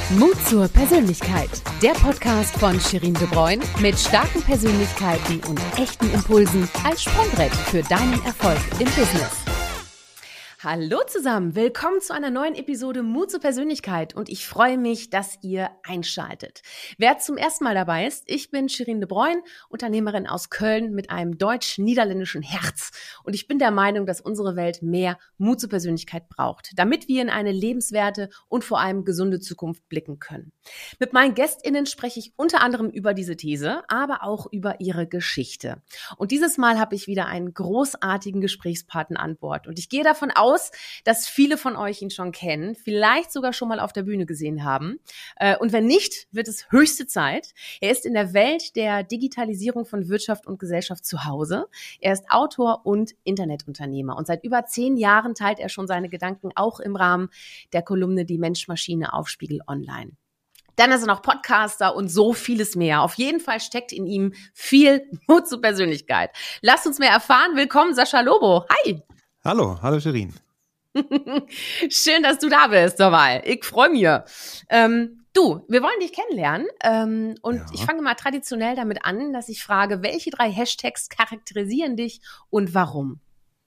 Mut zur Persönlichkeit. Der Podcast von Shirin De Bruyne mit starken Persönlichkeiten und echten Impulsen als Sprungbrett für deinen Erfolg im Business. Hallo zusammen, willkommen zu einer neuen Episode Mut zur Persönlichkeit und ich freue mich, dass ihr einschaltet. Wer zum ersten Mal dabei ist, ich bin Shirin De Bruyne, Unternehmerin aus Köln mit einem deutsch-niederländischen Herz und ich bin der Meinung, dass unsere Welt mehr Mut zur Persönlichkeit braucht, damit wir in eine lebenswerte und vor allem gesunde Zukunft blicken können. Mit meinen GästInnen spreche ich unter anderem über diese These, aber auch über ihre Geschichte. Und dieses Mal habe ich wieder einen großartigen Gesprächspartner an Bord und ich gehe davon aus, dass viele von euch ihn schon kennen, vielleicht sogar schon mal auf der Bühne gesehen haben. Und wenn nicht, wird es höchste Zeit. Er ist in der Welt der Digitalisierung von Wirtschaft und Gesellschaft zu Hause. Er ist Autor und Internetunternehmer. Und seit über 10 Jahren teilt er schon seine Gedanken auch im Rahmen der Kolumne Die Mensch-Maschine auf Spiegel Online. Dann ist er noch Podcaster und so vieles mehr. Auf jeden Fall steckt in ihm viel Mut zur Persönlichkeit. Lasst uns mehr erfahren. Willkommen, Sascha Lobo. Hi. Hallo Shirin. Schön, dass du da bist, nochmal. Ich freue mich. Wir wollen dich kennenlernen und Ich fange mal traditionell damit an, dass ich frage, welche 3 Hashtags charakterisieren dich und warum?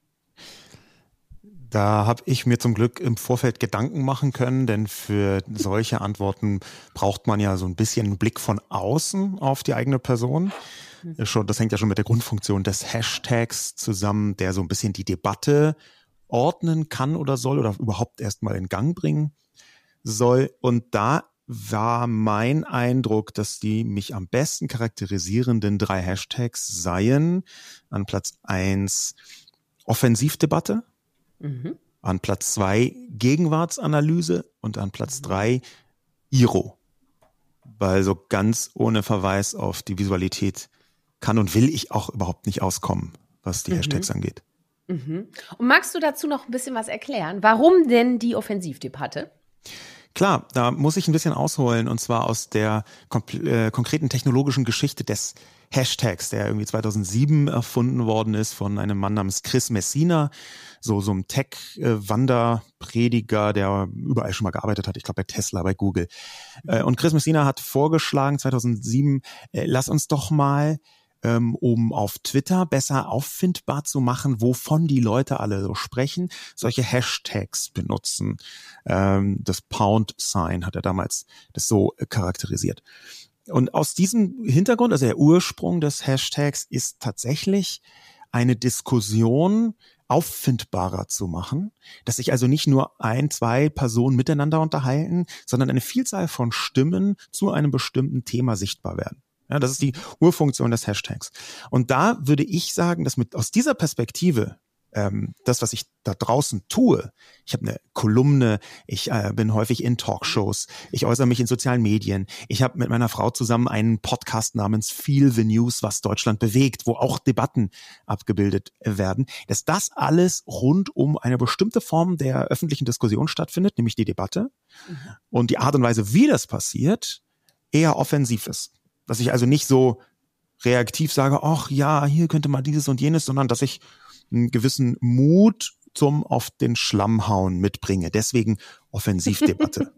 Da habe ich mir zum Glück im Vorfeld Gedanken machen können, denn für solche Antworten braucht man ja so ein bisschen einen Blick von außen auf die eigene Person. Das hängt ja schon mit der Grundfunktion des Hashtags zusammen, der so ein bisschen die Debatte ordnen kann oder soll oder überhaupt erstmal in Gang bringen soll. Und da war mein Eindruck, dass die mich am besten charakterisierenden 3 Hashtags seien an Platz 1 Offensivdebatte, an Platz 2 Gegenwartsanalyse und an Platz 3 Iro. Weil so ganz ohne Verweis auf die Visualität kann und will ich auch überhaupt nicht auskommen, was die Hashtags angeht. Und magst du dazu noch ein bisschen was erklären? Warum denn die Offensivdebatte? Klar, da muss ich ein bisschen ausholen und zwar aus der konkreten technologischen Geschichte des Hashtags, der irgendwie 2007 erfunden worden ist von einem Mann namens Chris Messina, so einem Tech-Wanderprediger, der überall schon mal gearbeitet hat, ich glaube bei Tesla, bei Google. Und Chris Messina hat vorgeschlagen 2007, lass uns doch mal um auf Twitter besser auffindbar zu machen, wovon die Leute alle so sprechen, solche Hashtags benutzen. Das Pound-Sign hat er damals das so charakterisiert. Und aus diesem Hintergrund, also der Ursprung des Hashtags, ist tatsächlich eine Diskussion auffindbarer zu machen, dass sich also nicht nur 1, 2 Personen miteinander unterhalten, sondern eine Vielzahl von Stimmen zu einem bestimmten Thema sichtbar werden. Ja, das ist die Urfunktion des Hashtags. Und da würde ich sagen, dass aus dieser Perspektive das, was ich da draußen tue, ich habe eine Kolumne, ich bin häufig in Talkshows, ich äußere mich in sozialen Medien, ich habe mit meiner Frau zusammen einen Podcast namens Feel the News, was Deutschland bewegt, wo auch Debatten abgebildet werden, dass das alles rund um eine bestimmte Form der öffentlichen Diskussion stattfindet, nämlich die Debatte. Und die Art und Weise, wie das passiert, eher offensiv ist. Dass ich also nicht so reaktiv sage, ach ja, hier könnte man dieses und jenes, sondern dass ich einen gewissen Mut zum auf den Schlamm hauen mitbringe. Deswegen Offensivdebatte.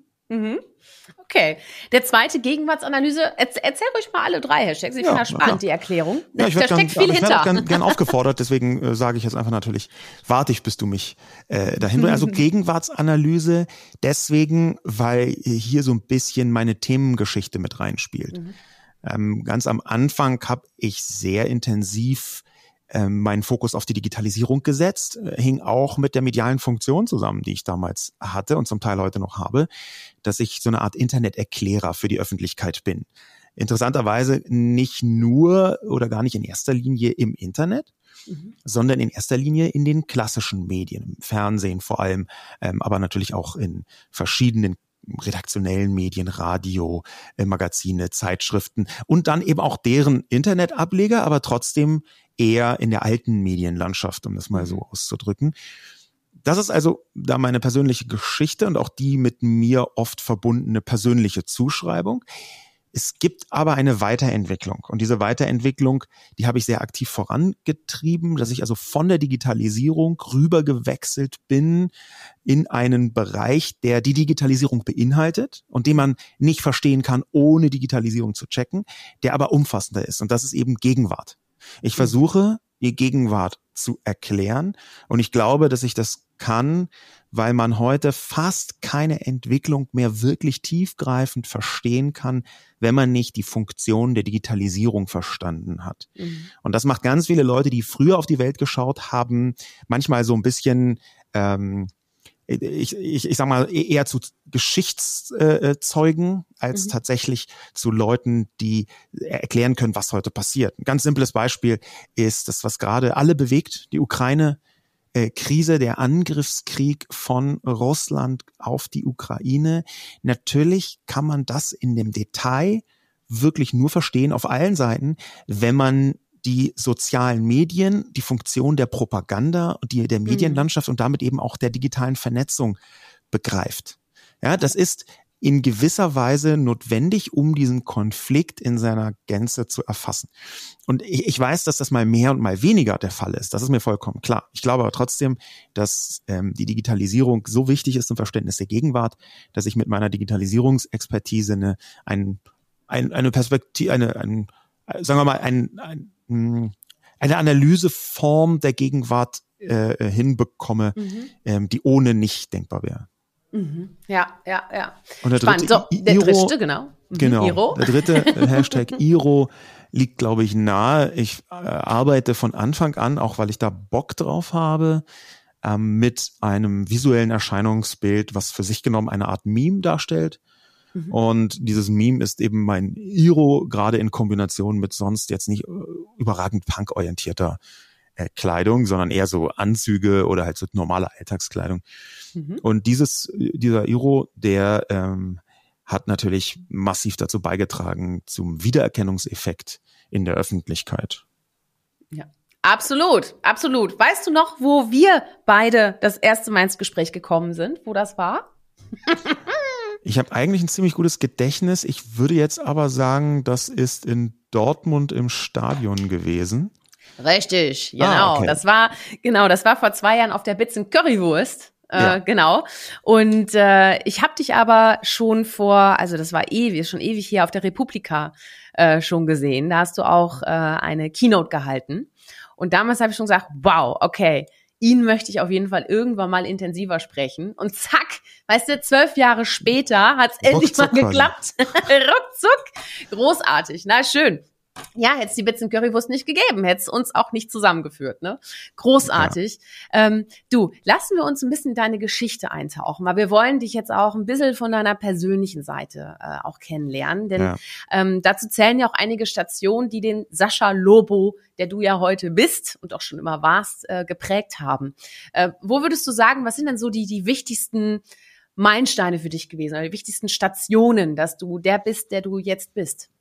Okay. Der zweite, Gegenwartsanalyse. Erzähl ruhig mal alle 3 Hashtags. Ich finde das spannend, die Erklärung. Ja, da steckt viel hinter. Ich werde gern aufgefordert, deswegen sage ich jetzt einfach natürlich, warte ich, bis du mich dahin bringst. Also Gegenwartsanalyse deswegen, weil hier so ein bisschen meine Themengeschichte mit reinspielt. Ganz am Anfang habe ich sehr intensiv meinen Fokus auf die Digitalisierung gesetzt, hing auch mit der medialen Funktion zusammen, die ich damals hatte und zum Teil heute noch habe, dass ich so eine Art Interneterklärer für die Öffentlichkeit bin. Interessanterweise nicht nur oder gar nicht in erster Linie im Internet, sondern in erster Linie in den klassischen Medien, im Fernsehen vor allem, aber natürlich auch in verschiedenen redaktionellen Medien, Radio, Magazine, Zeitschriften und dann eben auch deren Internetableger, aber trotzdem eher in der alten Medienlandschaft, um das mal so auszudrücken. Das ist also da meine persönliche Geschichte und auch die mit mir oft verbundene persönliche Zuschreibung. Es gibt aber eine Weiterentwicklung und diese Weiterentwicklung, die habe ich sehr aktiv vorangetrieben, dass ich also von der Digitalisierung rübergewechselt bin in einen Bereich, der die Digitalisierung beinhaltet und den man nicht verstehen kann, ohne Digitalisierung zu checken, der aber umfassender ist und das ist eben Gegenwart. Ich versuche, die Gegenwart zu erklären und ich glaube, dass ich das kann, weil man heute fast keine Entwicklung mehr wirklich tiefgreifend verstehen kann, wenn man nicht die Funktion der Digitalisierung verstanden hat. Und das macht ganz viele Leute, die früher auf die Welt geschaut haben, manchmal so ein bisschen, ich sag mal, eher zu Geschichtszeugen als tatsächlich zu Leuten, die erklären können, was heute passiert. Ein ganz simples Beispiel ist das, was gerade alle bewegt, die Ukraine-Krise, der Angriffskrieg von Russland auf die Ukraine. Natürlich kann man das in dem Detail wirklich nur verstehen auf allen Seiten, wenn man die sozialen Medien, die Funktion der Propaganda, der Medienlandschaft und damit eben auch der digitalen Vernetzung begreift. Ja, das ist in gewisser Weise notwendig, um diesen Konflikt in seiner Gänze zu erfassen. Und ich weiß, dass das mal mehr und mal weniger der Fall ist. Das ist mir vollkommen klar. Ich glaube aber trotzdem, dass die Digitalisierung so wichtig ist zum Verständnis der Gegenwart, dass ich mit meiner Digitalisierungsexpertise eine Perspektive, sagen wir mal, eine Analyseform der Gegenwart hinbekomme, die ohne nicht denkbar wäre. Ja. Und der Spannend. dritte, der dritte, genau. Genau. Iro. Der dritte Hashtag Iro liegt, glaube ich, nahe. Ich arbeite von Anfang an, auch weil ich da Bock drauf habe, mit einem visuellen Erscheinungsbild, was für sich genommen eine Art Meme darstellt. Und dieses Meme ist eben mein Iro, gerade in Kombination mit sonst jetzt nicht überragend punkorientierter Kleidung, sondern eher so Anzüge oder halt so normale Alltagskleidung. Und dieser Iro, der hat natürlich massiv dazu beigetragen zum Wiedererkennungseffekt in der Öffentlichkeit. Ja, absolut. Weißt du noch, wo wir beide das erste Mal ins Gespräch gekommen sind, wo das war? Ich habe eigentlich ein ziemlich gutes Gedächtnis. Ich würde jetzt aber sagen, das ist in Dortmund im Stadion gewesen. Richtig, genau. Okay. Das war vor 2 Jahren auf der Bitzen Currywurst. Genau. Und ich habe dich aber schon das war schon ewig hier auf der Republika schon gesehen. Da hast du auch eine Keynote gehalten. Und damals habe ich schon gesagt, wow, okay, ihn möchte ich auf jeden Fall irgendwann mal intensiver sprechen. Und zack, weißt du, 12 Jahre später hat's endlich mal geklappt. Ruckzuck. Großartig. Na, schön. Ja, hätte es die Bitzen Currywurst nicht gegeben, hätte es uns auch nicht zusammengeführt, ne? Großartig. Ja. Du, lassen wir uns ein bisschen in deine Geschichte eintauchen, weil wir wollen dich jetzt auch ein bisschen von deiner persönlichen Seite auch kennenlernen, denn dazu zählen ja auch einige Stationen, die den Sascha Lobo, der du ja heute bist und auch schon immer warst, geprägt haben. Wo würdest du sagen, was sind denn so die wichtigsten Meilensteine für dich gewesen, oder die wichtigsten Stationen, dass du der bist, der du jetzt bist?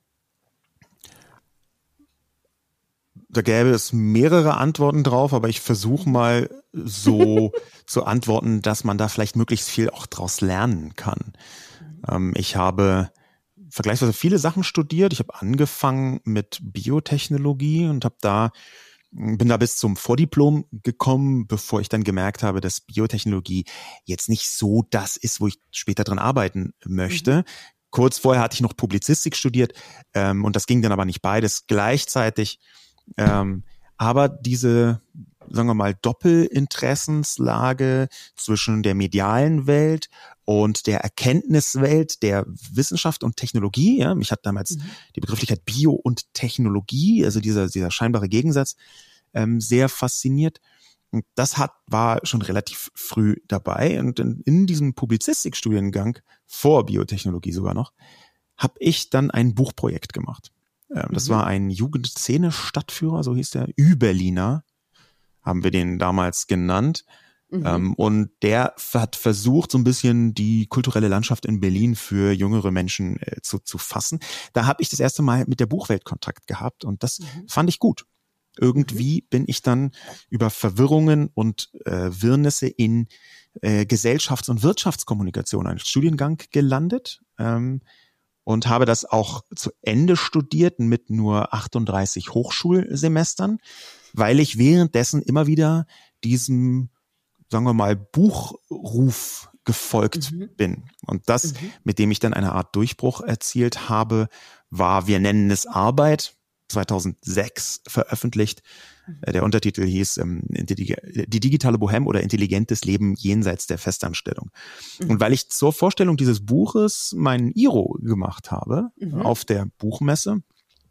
Da gäbe es mehrere Antworten drauf, aber ich versuche mal so zu antworten, dass man da vielleicht möglichst viel auch draus lernen kann. Ich habe vergleichsweise viele Sachen studiert. Ich habe angefangen mit Biotechnologie und bin da bis zum Vordiplom gekommen, bevor ich dann gemerkt habe, dass Biotechnologie jetzt nicht so das ist, wo ich später dran arbeiten möchte. Kurz vorher hatte ich noch Publizistik studiert und das ging dann aber nicht beides gleichzeitig. Aber diese, sagen wir mal, Doppelinteressenslage zwischen der medialen Welt und der Erkenntniswelt der Wissenschaft und Technologie, ja, mich hat damals die Begrifflichkeit Bio und Technologie, also dieser scheinbare Gegensatz, sehr fasziniert. Und das war schon relativ früh dabei. Und in diesem Publizistikstudiengang, vor Biotechnologie sogar noch, habe ich dann ein Buchprojekt gemacht. Das war ein Jugendszene-Stadtführer, so hieß der, Ü-Berliner, haben wir den damals genannt. Und der hat versucht, so ein bisschen die kulturelle Landschaft in Berlin für jüngere Menschen zu fassen. Da habe ich das erste Mal mit der Buchwelt Kontakt gehabt und das fand ich gut. Irgendwie bin ich dann über Verwirrungen und Wirrnisse in Gesellschafts- und Wirtschaftskommunikation, einen Studiengang gelandet. und habe das auch zu Ende studiert mit nur 38 Hochschulsemestern, weil ich währenddessen immer wieder diesem, sagen wir mal, Buchruf gefolgt bin. Und das, mit dem ich dann eine Art Durchbruch erzielt habe, war Wir nennen es Arbeit, 2006 veröffentlicht. Der Untertitel hieß Die digitale Bohème oder intelligentes Leben jenseits der Festanstellung. Und weil ich zur Vorstellung dieses Buches meinen Iro gemacht habe auf der Buchmesse,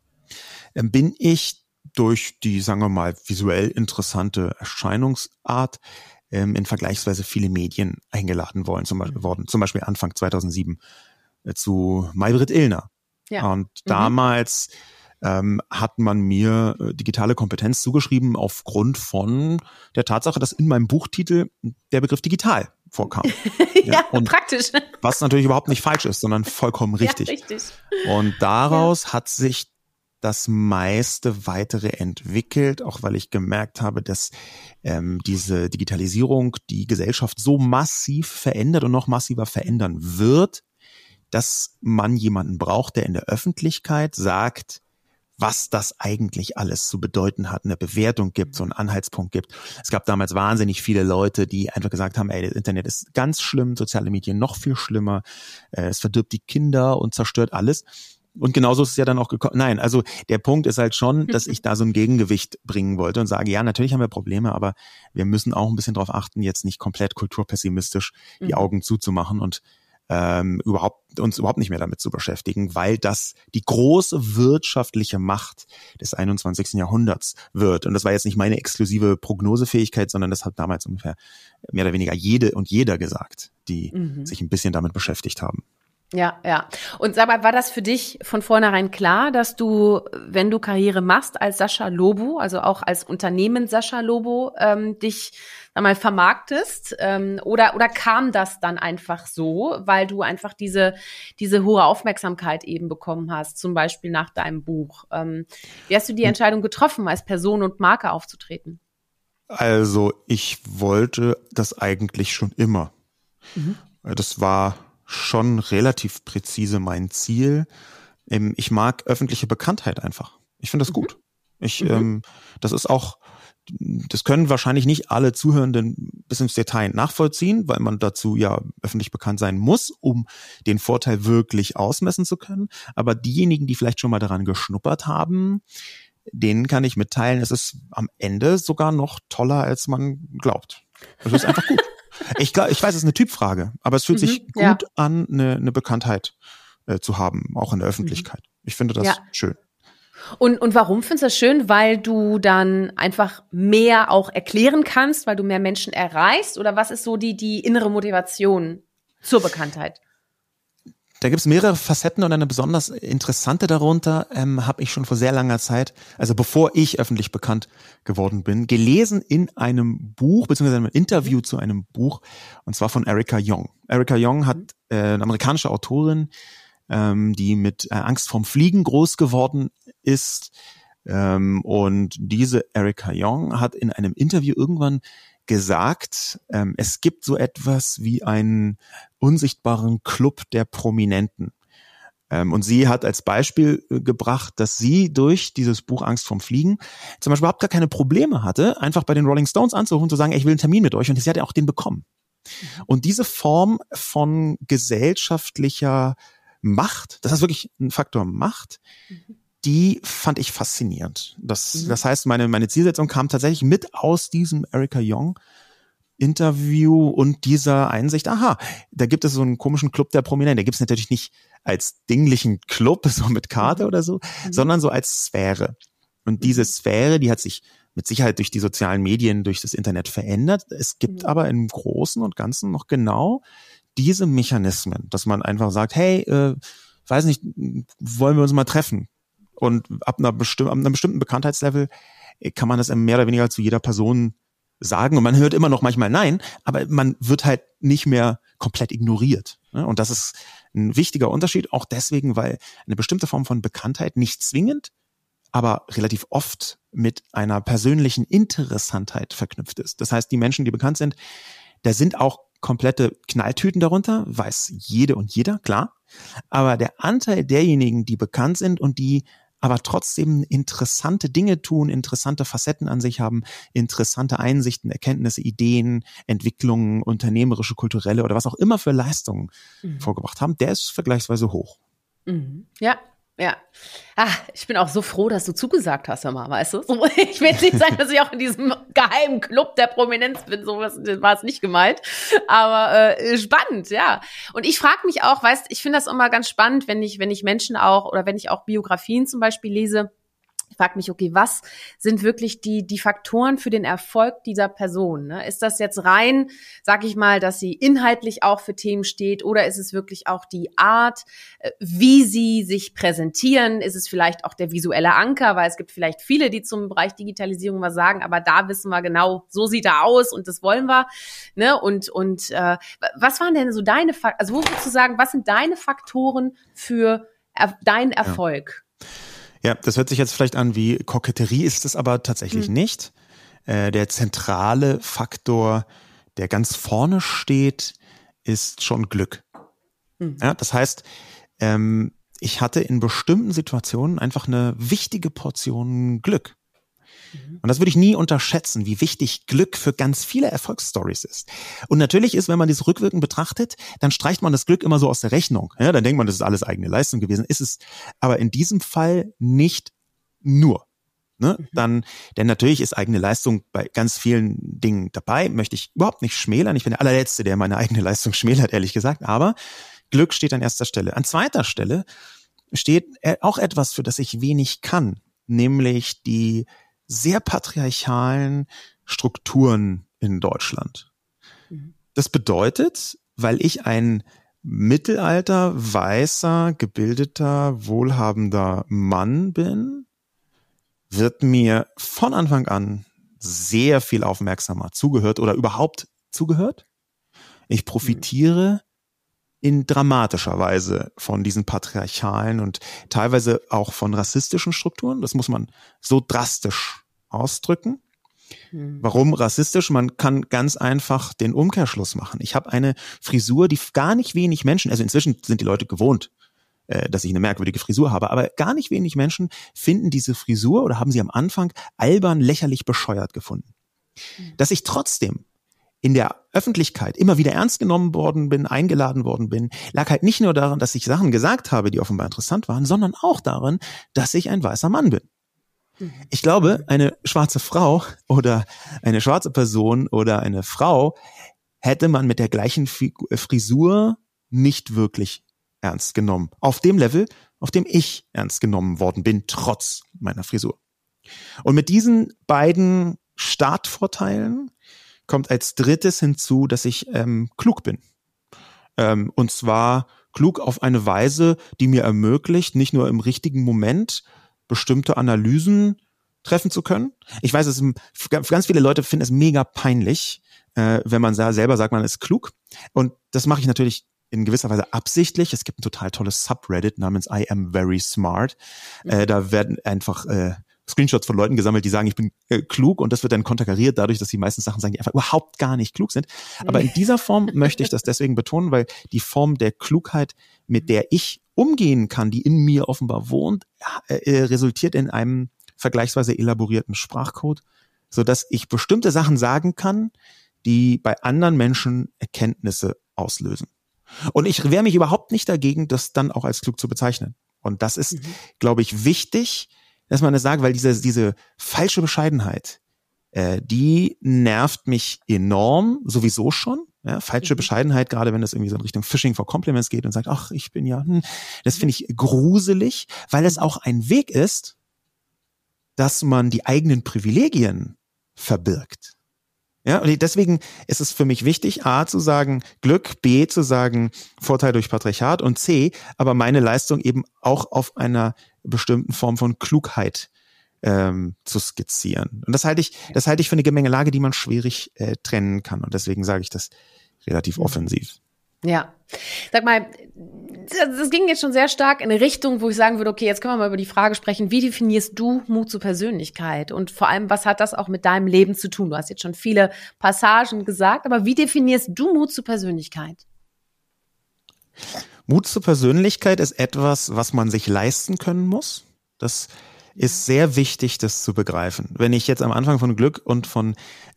bin ich durch die, sagen wir mal, visuell interessante Erscheinungsart in vergleichsweise viele Medien eingeladen worden, zum Beispiel Anfang 2007 zu Maybrit Illner. Ja. Und damals hat man mir digitale Kompetenz zugeschrieben aufgrund von der Tatsache, dass in meinem Buchtitel der Begriff digital vorkam. Ja, praktisch. Was natürlich überhaupt nicht falsch ist, sondern vollkommen richtig. Ja, richtig. Und daraus hat sich das meiste weitere entwickelt, auch weil ich gemerkt habe, dass diese Digitalisierung die Gesellschaft so massiv verändert und noch massiver verändern wird, dass man jemanden braucht, der in der Öffentlichkeit sagt, was das eigentlich alles zu bedeuten hat, eine Bewertung gibt, so einen Anhaltspunkt gibt. Es gab damals wahnsinnig viele Leute, die einfach gesagt haben, das Internet ist ganz schlimm, soziale Medien noch viel schlimmer, es verdirbt die Kinder und zerstört alles. Und genauso ist es ja dann auch gekommen. Nein, also der Punkt ist halt schon, dass ich da so ein Gegengewicht bringen wollte und sage, ja, natürlich haben wir Probleme, aber wir müssen auch ein bisschen darauf achten, jetzt nicht komplett kulturpessimistisch die Augen zuzumachen und uns überhaupt nicht mehr damit zu beschäftigen, weil das die große wirtschaftliche Macht des 21. Jahrhunderts wird. Und das war jetzt nicht meine exklusive Prognosefähigkeit, sondern das hat damals ungefähr mehr oder weniger jede und jeder gesagt, die sich ein bisschen damit beschäftigt haben. Ja, ja. Und sag mal, war das für dich von vornherein klar, dass du, wenn du Karriere machst als Sascha Lobo, also auch als Unternehmen Sascha Lobo, dich mal vermarktest? Oder kam das dann einfach so, weil du einfach diese hohe Aufmerksamkeit eben bekommen hast, zum Beispiel nach deinem Buch? Wie hast du die Entscheidung getroffen, als Person und Marke aufzutreten? Also ich wollte das eigentlich schon immer. Das war schon relativ präzise mein Ziel. Ich mag öffentliche Bekanntheit einfach. Ich finde das gut. Das ist auch, das können wahrscheinlich nicht alle Zuhörenden bis ins Detail nachvollziehen, weil man dazu ja öffentlich bekannt sein muss, um den Vorteil wirklich ausmessen zu können. Aber diejenigen, die vielleicht schon mal daran geschnuppert haben, denen kann ich mitteilen, es ist am Ende sogar noch toller, als man glaubt. Es ist einfach gut. Ich weiß, es ist eine Typfrage, aber es fühlt sich gut an, eine Bekanntheit zu haben, auch in der Öffentlichkeit. Ich finde das schön. Und warum findest du das schön? Weil du dann einfach mehr auch erklären kannst, weil du mehr Menschen erreichst? Oder was ist so die innere Motivation zur Bekanntheit? Da gibt es mehrere Facetten und eine besonders interessante darunter habe ich schon vor sehr langer Zeit, also bevor ich öffentlich bekannt geworden bin, gelesen in einem Buch, beziehungsweise einem Interview zu einem Buch, und zwar von Erica Jong. Erica Jong hat eine amerikanische Autorin, die mit Angst vorm Fliegen groß geworden ist. Und diese Erica Jong hat in einem Interview irgendwann gesagt, es gibt so etwas wie einen unsichtbaren Club der Prominenten. Und sie hat als Beispiel gebracht, dass sie durch dieses Buch Angst vorm Fliegen zum Beispiel überhaupt gar keine Probleme hatte, einfach bei den Rolling Stones anzurufen und zu sagen, ich will einen Termin mit euch. Und sie hat ja auch den bekommen. Und diese Form von gesellschaftlicher Macht, das ist wirklich ein Faktor Macht, die fand ich faszinierend. Das heißt, meine Zielsetzung kam tatsächlich mit aus diesem Erica Jong Interview und dieser Einsicht, aha, da gibt es so einen komischen Club der Prominenten. Da gibt es natürlich nicht als dinglichen Club, so mit Karte oder so, sondern so als Sphäre. Und diese Sphäre, die hat sich mit Sicherheit durch die sozialen Medien, durch das Internet verändert. Es gibt aber im Großen und Ganzen noch genau diese Mechanismen, dass man einfach sagt, hey, weiß nicht, wollen wir uns mal treffen? Und ab einem bestimmten Bekanntheitslevel kann man das mehr oder weniger zu jeder Person sagen. Und man hört immer noch manchmal nein, aber man wird halt nicht mehr komplett ignoriert. Und das ist ein wichtiger Unterschied, auch deswegen, weil eine bestimmte Form von Bekanntheit nicht zwingend, aber relativ oft mit einer persönlichen Interessantheit verknüpft ist. Das heißt, die Menschen, die bekannt sind, da sind auch komplette Knalltüten darunter, weiß jede und jeder, klar. Aber der Anteil derjenigen, die bekannt sind und die aber trotzdem interessante Dinge tun, interessante Facetten an sich haben, interessante Einsichten, Erkenntnisse, Ideen, Entwicklungen, unternehmerische, kulturelle oder was auch immer für Leistungen vorgebracht haben, der ist vergleichsweise hoch. Ja. Ja. Ich bin auch so froh, dass du zugesagt hast, hör mal, weißt du? So, ich will jetzt nicht sagen, dass ich auch in diesem geheimen Club der Prominenz bin, so war es nicht gemeint. Aber spannend, ja. Und ich frage mich auch, weißt, ich finde das immer ganz spannend, wenn ich Menschen auch oder wenn ich auch Biografien zum Beispiel lese. Ich frage mich, okay, was sind wirklich die Faktoren für den Erfolg dieser Person? Ne? Ist das jetzt rein, sag ich mal, dass sie inhaltlich auch für Themen steht, oder ist es wirklich auch die Art, wie sie sich präsentieren? Ist es vielleicht auch der visuelle Anker? Weil es gibt vielleicht viele, die zum Bereich Digitalisierung was sagen, aber da wissen wir genau, so sieht er aus und das wollen wir. Ne? Und was waren denn so deine Faktoren, also wo würdest du sagen, was sind deine Faktoren für deinen Erfolg? Ja, das hört sich jetzt vielleicht an wie Koketterie, ist es aber tatsächlich nicht. Der zentrale Faktor, der ganz vorne steht, ist schon Glück. Ja, das heißt, ich hatte in bestimmten Situationen einfach eine wichtige Portion Glück. Und das würde ich nie unterschätzen, wie wichtig Glück für ganz viele Erfolgsstories ist. Und natürlich ist, wenn man das rückwirkend betrachtet, dann streicht man das Glück immer so aus der Rechnung. Ja, dann denkt man, das ist alles eigene Leistung gewesen. Ist es aber in diesem Fall nicht nur. Ne? Denn natürlich ist eigene Leistung bei ganz vielen Dingen dabei, möchte ich überhaupt nicht schmälern. Ich bin der allerletzte, der meine eigene Leistung schmälert, ehrlich gesagt. Aber Glück steht an erster Stelle. An zweiter Stelle steht auch etwas, für das ich wenig kann, nämlich die sehr patriarchalen Strukturen in Deutschland. Das bedeutet, weil ich ein Mittelalter, weißer, gebildeter, wohlhabender Mann bin, wird mir von Anfang an sehr viel aufmerksamer zugehört oder überhaupt zugehört. Ich profitiere in dramatischer Weise von diesen patriarchalen und teilweise auch von rassistischen Strukturen. Das muss man so drastisch ausdrücken. Warum rassistisch? Man kann ganz einfach den Umkehrschluss machen. Ich habe eine Frisur, die gar nicht wenig Menschen, also inzwischen sind die Leute gewohnt, dass ich eine merkwürdige Frisur habe, aber gar nicht wenig Menschen finden diese Frisur oder haben sie am Anfang albern, lächerlich, bescheuert gefunden. Dass ich trotzdem in der Öffentlichkeit immer wieder ernst genommen worden bin, eingeladen worden bin, lag halt nicht nur daran, dass ich Sachen gesagt habe, die offenbar interessant waren, sondern auch daran, dass ich ein weißer Mann bin. Ich glaube, eine schwarze Frau oder eine schwarze Person oder eine Frau hätte man mit der gleichen Frisur nicht wirklich ernst genommen. Auf dem Level, auf dem ich ernst genommen worden bin, trotz meiner Frisur. Und mit diesen beiden Startvorteilen kommt als drittes hinzu, dass ich klug bin. Und zwar klug auf eine Weise, die mir ermöglicht, nicht nur im richtigen Moment bestimmte Analysen treffen zu können. Ich weiß, ganz viele Leute finden es mega peinlich, wenn man selber sagt, man ist klug. Und das mache ich natürlich in gewisser Weise absichtlich. Es gibt ein total tolles Subreddit namens I am very smart. Da werden einfach Screenshots von Leuten gesammelt, die sagen, ich bin klug, und das wird dann konterkariert dadurch, dass die meisten Sachen sagen, die einfach überhaupt gar nicht klug sind. Aber in dieser Form möchte ich das deswegen betonen, weil die Form der Klugheit, mit der ich umgehen kann, die in mir offenbar wohnt, resultiert in einem vergleichsweise elaborierten Sprachcode, sodass ich bestimmte Sachen sagen kann, die bei anderen Menschen Erkenntnisse auslösen. Und ich wehre mich überhaupt nicht dagegen, das dann auch als klug zu bezeichnen. Und das ist, glaube ich, wichtig, dass man das sagt, weil diese falsche Bescheidenheit, die nervt mich enorm, sowieso schon. Ja, falsche Bescheidenheit, gerade wenn das irgendwie so in Richtung Phishing for Compliments geht und sagt, ach, ich bin ja, das finde ich gruselig, weil es auch ein Weg ist, dass man die eigenen Privilegien verbirgt. Ja, und deswegen ist es für mich wichtig, A, zu sagen Glück, B, zu sagen Vorteil durch Patriarchat, und C, aber meine Leistung eben auch auf einer bestimmten Form von Klugheit zu skizzieren. Und das halte ich für eine Gemengelage, die man schwierig trennen kann. Und deswegen sage ich das relativ offensiv. Ja. Sag mal, das ging jetzt schon sehr stark in eine Richtung, wo ich sagen würde, okay, jetzt können wir mal über die Frage sprechen, wie definierst du Mut zur Persönlichkeit? Und vor allem, was hat das auch mit deinem Leben zu tun? Du hast jetzt schon viele Passagen gesagt, aber wie definierst du Mut zur Persönlichkeit? Mut zur Persönlichkeit ist etwas, was man sich leisten können muss. Das ist sehr wichtig, das zu begreifen. Wenn ich jetzt am Anfang von Glück und von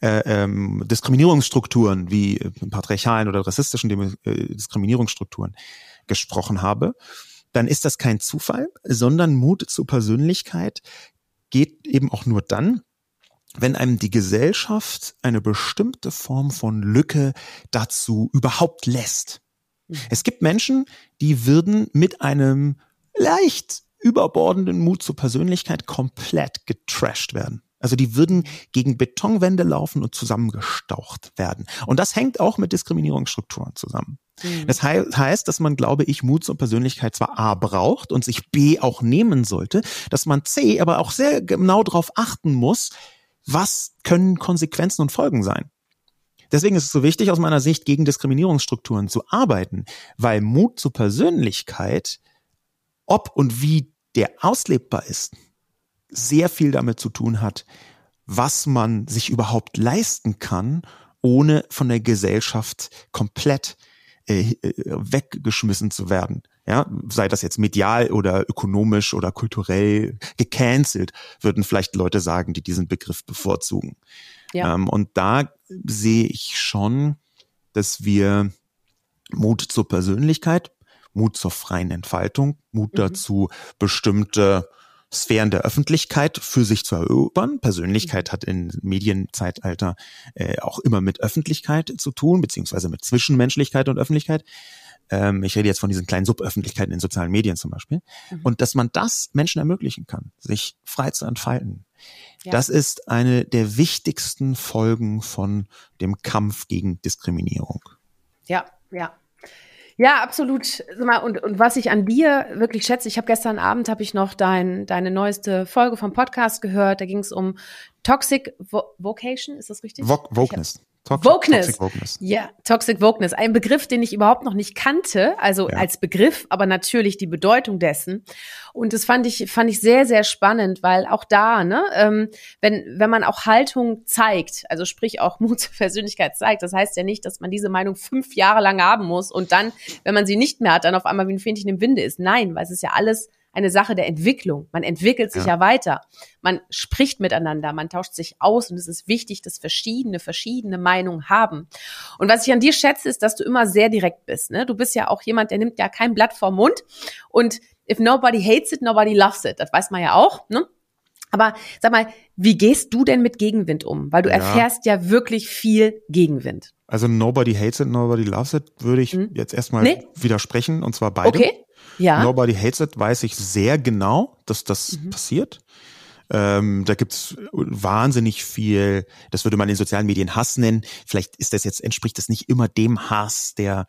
Diskriminierungsstrukturen wie patriarchalen oder rassistischen Diskriminierungsstrukturen gesprochen habe, dann ist das kein Zufall, sondern Mut zur Persönlichkeit geht eben auch nur dann, wenn einem die Gesellschaft eine bestimmte Form von Lücke dazu überhaupt lässt. Es gibt Menschen, die würden mit einem leicht überbordenden Mut zur Persönlichkeit komplett getrashed werden. Also die würden gegen Betonwände laufen und zusammengestaucht werden. Und das hängt auch mit Diskriminierungsstrukturen zusammen. Das heißt, dass man, glaube ich, Mut zur Persönlichkeit zwar A braucht und sich B auch nehmen sollte, dass man C aber auch sehr genau darauf achten muss, was können Konsequenzen und Folgen sein. Deswegen ist es so wichtig, aus meiner Sicht, gegen Diskriminierungsstrukturen zu arbeiten, weil Mut zur Persönlichkeit, ob und wie der auslebbar ist, sehr viel damit zu tun hat, was man sich überhaupt leisten kann, ohne von der Gesellschaft komplett weggeschmissen zu werden. Ja, sei das jetzt medial oder ökonomisch oder kulturell gecancelt, würden vielleicht Leute sagen, die diesen Begriff bevorzugen. Ja. Und da sehe ich schon, dass wir Mut zur Persönlichkeit, Mut zur freien Entfaltung, Mut dazu, bestimmte Sphären der Öffentlichkeit für sich zu erobern. Persönlichkeit hat im Medienzeitalter auch immer mit Öffentlichkeit zu tun, beziehungsweise mit Zwischenmenschlichkeit und Öffentlichkeit. Ich rede jetzt von diesen kleinen Suböffentlichkeiten in sozialen Medien zum Beispiel. Und dass man das Menschen ermöglichen kann, sich frei zu entfalten. Ja. Das ist eine der wichtigsten Folgen von dem Kampf gegen Diskriminierung. Ja, ja. Ja, absolut. Und was ich an dir wirklich schätze, ich habe gestern Abend noch deine neueste Folge vom Podcast gehört. Da ging es um Toxic Vocation, ist das richtig? Wokeness. Toxic Wokeness. Ja, Toxic Wokeness. Ein Begriff, den ich überhaupt noch nicht kannte, also als Begriff, aber natürlich die Bedeutung dessen. Und das fand ich sehr, sehr spannend, weil auch da, ne, wenn man auch Haltung zeigt, also sprich auch Mut zur Persönlichkeit zeigt, das heißt ja nicht, dass man diese Meinung 5 Jahre lang haben muss und dann, wenn man sie nicht mehr hat, dann auf einmal wie ein Fähnchen im Winde ist. Nein, weil es ist ja alles eine Sache der Entwicklung. Man entwickelt sich ja weiter. Man spricht miteinander, man tauscht sich aus und es ist wichtig, dass verschiedene Meinungen haben. Und was ich an dir schätze, ist, dass du immer sehr direkt bist. Ne? Du bist ja auch jemand, der nimmt ja kein Blatt vorm Mund. Und if nobody hates it, nobody loves it. Das weiß man ja auch. Ne? Aber sag mal, wie gehst du denn mit Gegenwind um? Weil du erfährst ja wirklich viel Gegenwind. Also nobody hates it, nobody loves it, würde ich jetzt erstmal widersprechen, und zwar beide. Okay. Ja. Nobody hates it, weiß ich sehr genau, dass das passiert. Da gibt's wahnsinnig viel, das würde man in sozialen Medien Hass nennen. Vielleicht entspricht das nicht immer dem Hass, der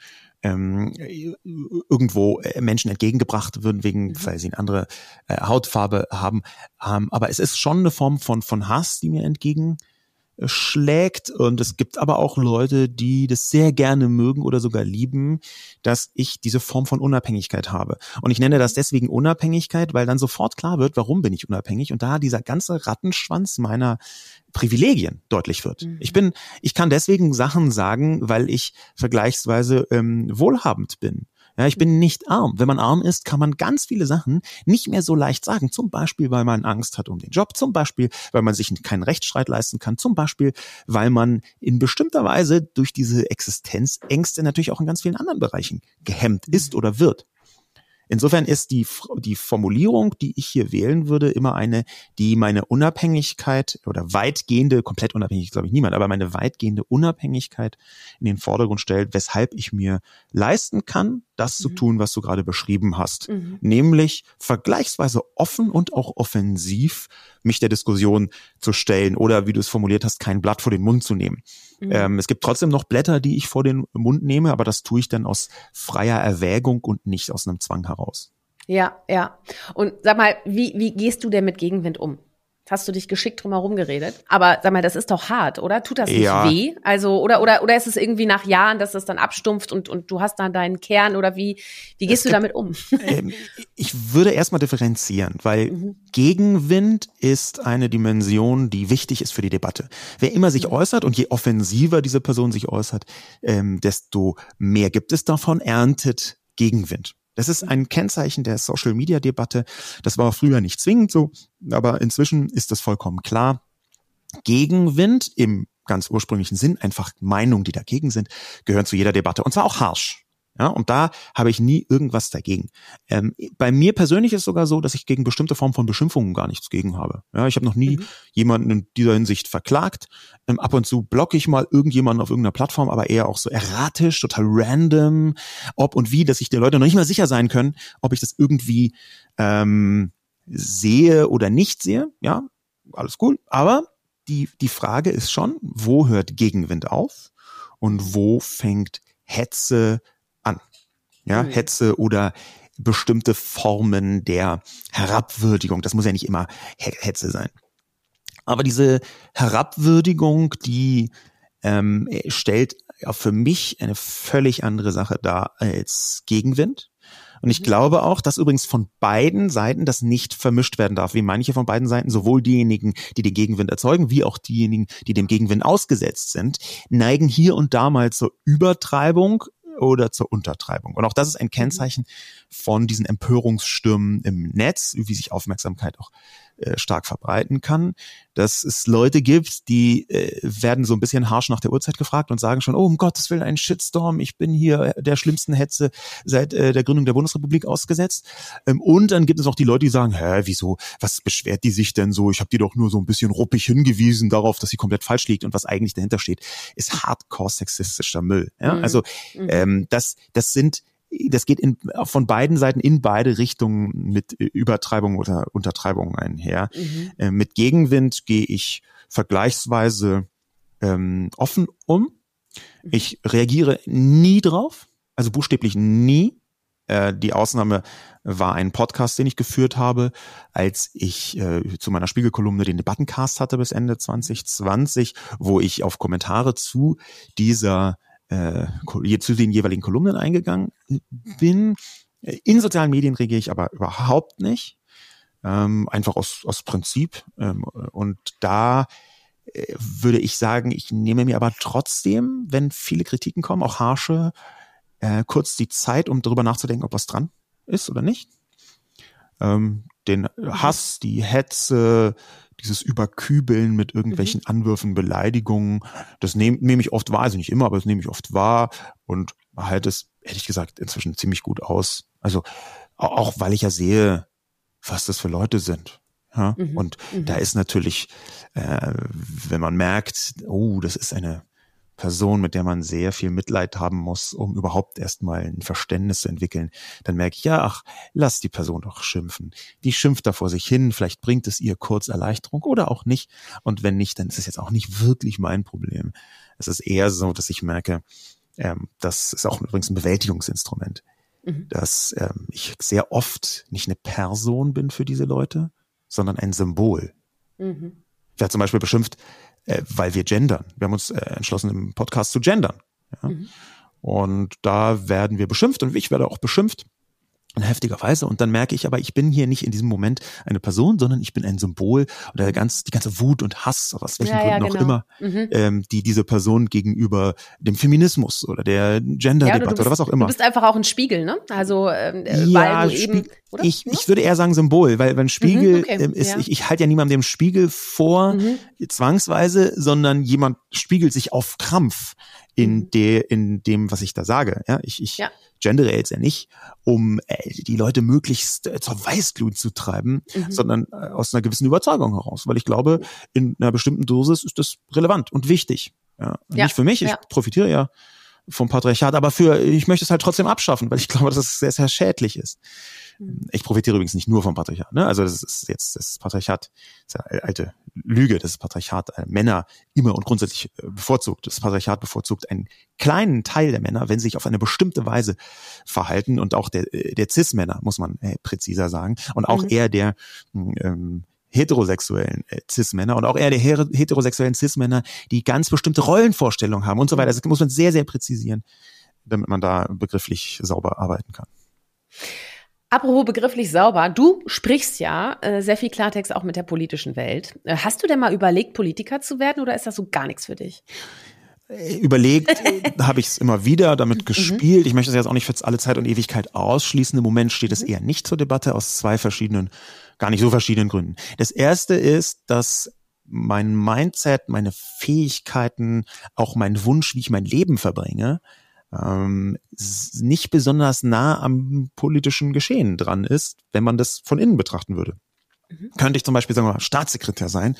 irgendwo Menschen entgegengebracht würden, weil sie eine andere Hautfarbe haben. Aber es ist schon eine Form von Hass, die mir entgegenschlägt. Und es gibt aber auch Leute, die das sehr gerne mögen oder sogar lieben, dass ich diese Form von Unabhängigkeit habe. Und ich nenne das deswegen Unabhängigkeit, weil dann sofort klar wird, warum bin ich unabhängig, und da dieser ganze Rattenschwanz meiner Privilegien deutlich wird. Ich kann deswegen Sachen sagen, weil ich vergleichsweise wohlhabend bin. Ja, ich bin nicht arm. Wenn man arm ist, kann man ganz viele Sachen nicht mehr so leicht sagen. Zum Beispiel, weil man Angst hat um den Job. Zum Beispiel, weil man sich keinen Rechtsstreit leisten kann. Zum Beispiel, weil man in bestimmter Weise durch diese Existenzängste natürlich auch in ganz vielen anderen Bereichen gehemmt ist oder wird. Insofern ist die Formulierung, die ich hier wählen würde, immer eine, die meine Unabhängigkeit oder komplett unabhängig, glaube ich niemand, aber meine weitgehende Unabhängigkeit in den Vordergrund stellt, weshalb ich mir leisten kann, das zu tun, was du gerade beschrieben hast. Nämlich vergleichsweise offen und auch offensiv mich der Diskussion zu stellen oder, wie du es formuliert hast, kein Blatt vor den Mund zu nehmen. Es gibt trotzdem noch Blätter, die ich vor den Mund nehme, aber das tue ich dann aus freier Erwägung und nicht aus einem Zwang heraus. Ja, ja. Und sag mal, wie gehst du denn mit Gegenwind um? hast du dich geschickt drum herum geredet. Aber sag mal, das ist doch hart, oder? Tut das nicht Ja. weh? Also, oder ist es irgendwie nach Jahren, dass das dann abstumpft und du hast dann deinen Kern oder wie gehst du damit um? Ich würde erstmal differenzieren, weil Gegenwind ist eine Dimension, die wichtig ist für die Debatte. Wer immer sich äußert und je offensiver diese Person sich äußert, desto mehr gibt es davon, erntet Gegenwind. Das ist ein Kennzeichen der Social-Media-Debatte. Das war früher nicht zwingend so, aber inzwischen ist das vollkommen klar. Gegenwind im ganz ursprünglichen Sinn, einfach Meinungen, die dagegen sind, gehören zu jeder Debatte und zwar auch harsch. Ja, und da habe ich nie irgendwas dagegen. Bei mir persönlich ist es sogar so, dass ich gegen bestimmte Formen von Beschimpfungen gar nichts gegen habe. Ja, ich habe noch nie jemanden in dieser Hinsicht verklagt. Ab und zu blocke ich mal irgendjemanden auf irgendeiner Plattform, aber eher auch so erratisch, total random, ob und wie, dass sich die Leute noch nicht mal sicher sein können, ob ich das irgendwie sehe oder nicht sehe. Ja, alles cool. Aber die Frage ist schon, wo hört Gegenwind auf und wo fängt Hetze an? Ja, Hetze oder bestimmte Formen der Herabwürdigung. Das muss ja nicht immer Hetze sein. Aber diese Herabwürdigung, die stellt für mich eine völlig andere Sache dar als Gegenwind. Und ich glaube auch, dass übrigens von beiden Seiten das nicht vermischt werden darf, wie manche von beiden Seiten, sowohl diejenigen, die den Gegenwind erzeugen, wie auch diejenigen, die dem Gegenwind ausgesetzt sind, neigen hier und da mal zur Übertreibung oder zur Untertreibung. Und auch das ist ein Kennzeichen von diesen Empörungsstürmen im Netz, wie sich Aufmerksamkeit auch stark verbreiten kann, dass es Leute gibt, die werden so ein bisschen harsch nach der Uhrzeit gefragt und sagen schon, oh, um Gottes Willen, ein Shitstorm, ich bin hier der schlimmsten Hetze seit der Gründung der Bundesrepublik ausgesetzt. Und dann gibt es auch die Leute, die sagen, wieso, was beschwert die sich denn so? Ich habe die doch nur so ein bisschen ruppig hingewiesen darauf, dass sie komplett falsch liegt und was eigentlich dahinter steht, ist hardcore sexistischer Müll. Ja? Also das geht von beiden Seiten in beide Richtungen mit Übertreibung oder Untertreibung einher. Mit Gegenwind gehe ich vergleichsweise offen um. Ich reagiere nie drauf, also buchstäblich nie. Die Ausnahme war ein Podcast, den ich geführt habe, als ich zu meiner Spiegelkolumne den Debattencast hatte bis Ende 2020, wo ich auf Kommentare zu den jeweiligen Kolumnen eingegangen bin. In sozialen Medien reagiere ich aber überhaupt nicht. Einfach aus Prinzip. Und da würde ich sagen, ich nehme mir aber trotzdem, wenn viele Kritiken kommen, auch harsche, kurz die Zeit, um darüber nachzudenken, ob was dran ist oder nicht. Den Hass, die Hetze, dieses Überkübeln mit irgendwelchen Anwürfen, Beleidigungen, das nehme ich oft wahr, also nicht immer, aber das nehme ich oft wahr und halte es, ehrlich gesagt, inzwischen ziemlich gut aus. Also auch, weil ich ja sehe, was das für Leute sind. Ja? Und da ist natürlich, wenn man merkt, oh, das ist eine Person, mit der man sehr viel Mitleid haben muss, um überhaupt erstmal ein Verständnis zu entwickeln, dann merke ich, lass die Person doch schimpfen. Die schimpft da vor sich hin, vielleicht bringt es ihr kurz Erleichterung oder auch nicht. Und wenn nicht, dann ist es jetzt auch nicht wirklich mein Problem. Es ist eher so, dass ich merke, das ist auch übrigens ein Bewältigungsinstrument, dass ich sehr oft nicht eine Person bin für diese Leute, sondern ein Symbol. Ich werde zum Beispiel beschimpft, weil wir gendern. Wir haben uns entschlossen, im Podcast zu gendern. Ja? Und da werden wir beschimpft und ich werde auch beschimpft in heftiger Weise. Und dann merke ich aber, ich bin hier nicht in diesem Moment eine Person, sondern ich bin ein Symbol oder die ganze Wut und Hass, aus welchen Gründen auch immer, die diese Person gegenüber dem Feminismus oder der Gender-Debatte oder was auch immer. Du bist einfach auch ein Spiegel, ne? Also weil du eben, oder? Ich würde eher sagen Symbol, weil ein Spiegel ist, ich halte ja niemandem den Spiegel vor, zwangsweise, sondern jemand spiegelt sich auf Krampf in dem, was ich da sage. Ja, ich gendere jetzt ja nicht, um die Leute möglichst zur Weißglut zu treiben, sondern aus einer gewissen Überzeugung heraus, weil ich glaube, in einer bestimmten Dosis ist das relevant und wichtig. Ja, nicht für mich, ich profitiere ja vom Patriarchat, aber ich möchte es halt trotzdem abschaffen, weil ich glaube, dass es sehr, sehr schädlich ist. Ich profitiere übrigens nicht nur vom Patriarchat, ne? Also das ist jetzt das Patriarchat, das ist eine alte Lüge, das Patriarchat Männer immer und grundsätzlich bevorzugt. Das Patriarchat bevorzugt einen kleinen Teil der Männer, wenn sie sich auf eine bestimmte Weise verhalten und auch der Cis-Männer, muss man präziser sagen, und auch eher der heterosexuellen Cis-Männer und auch eher der heterosexuellen Cis-Männer, die ganz bestimmte Rollenvorstellungen haben und so weiter. Das muss man sehr, sehr präzisieren, damit man da begrifflich sauber arbeiten kann. Apropos begrifflich sauber, du sprichst ja sehr viel Klartext auch mit der politischen Welt. Hast du denn mal überlegt, Politiker zu werden oder ist das so gar nichts für dich? Überlegt habe ich es immer wieder, damit gespielt. Ich möchte es jetzt auch nicht für alle Zeit und Ewigkeit ausschließen. Im Moment steht es eher nicht zur Debatte aus zwei verschiedenen, gar nicht so verschiedenen Gründen. Das erste ist, dass mein Mindset, meine Fähigkeiten, auch mein Wunsch, wie ich mein Leben verbringe, nicht besonders nah am politischen Geschehen dran ist, wenn man das von innen betrachten würde. Könnte ich zum Beispiel, sagen wir mal, Staatssekretär sein,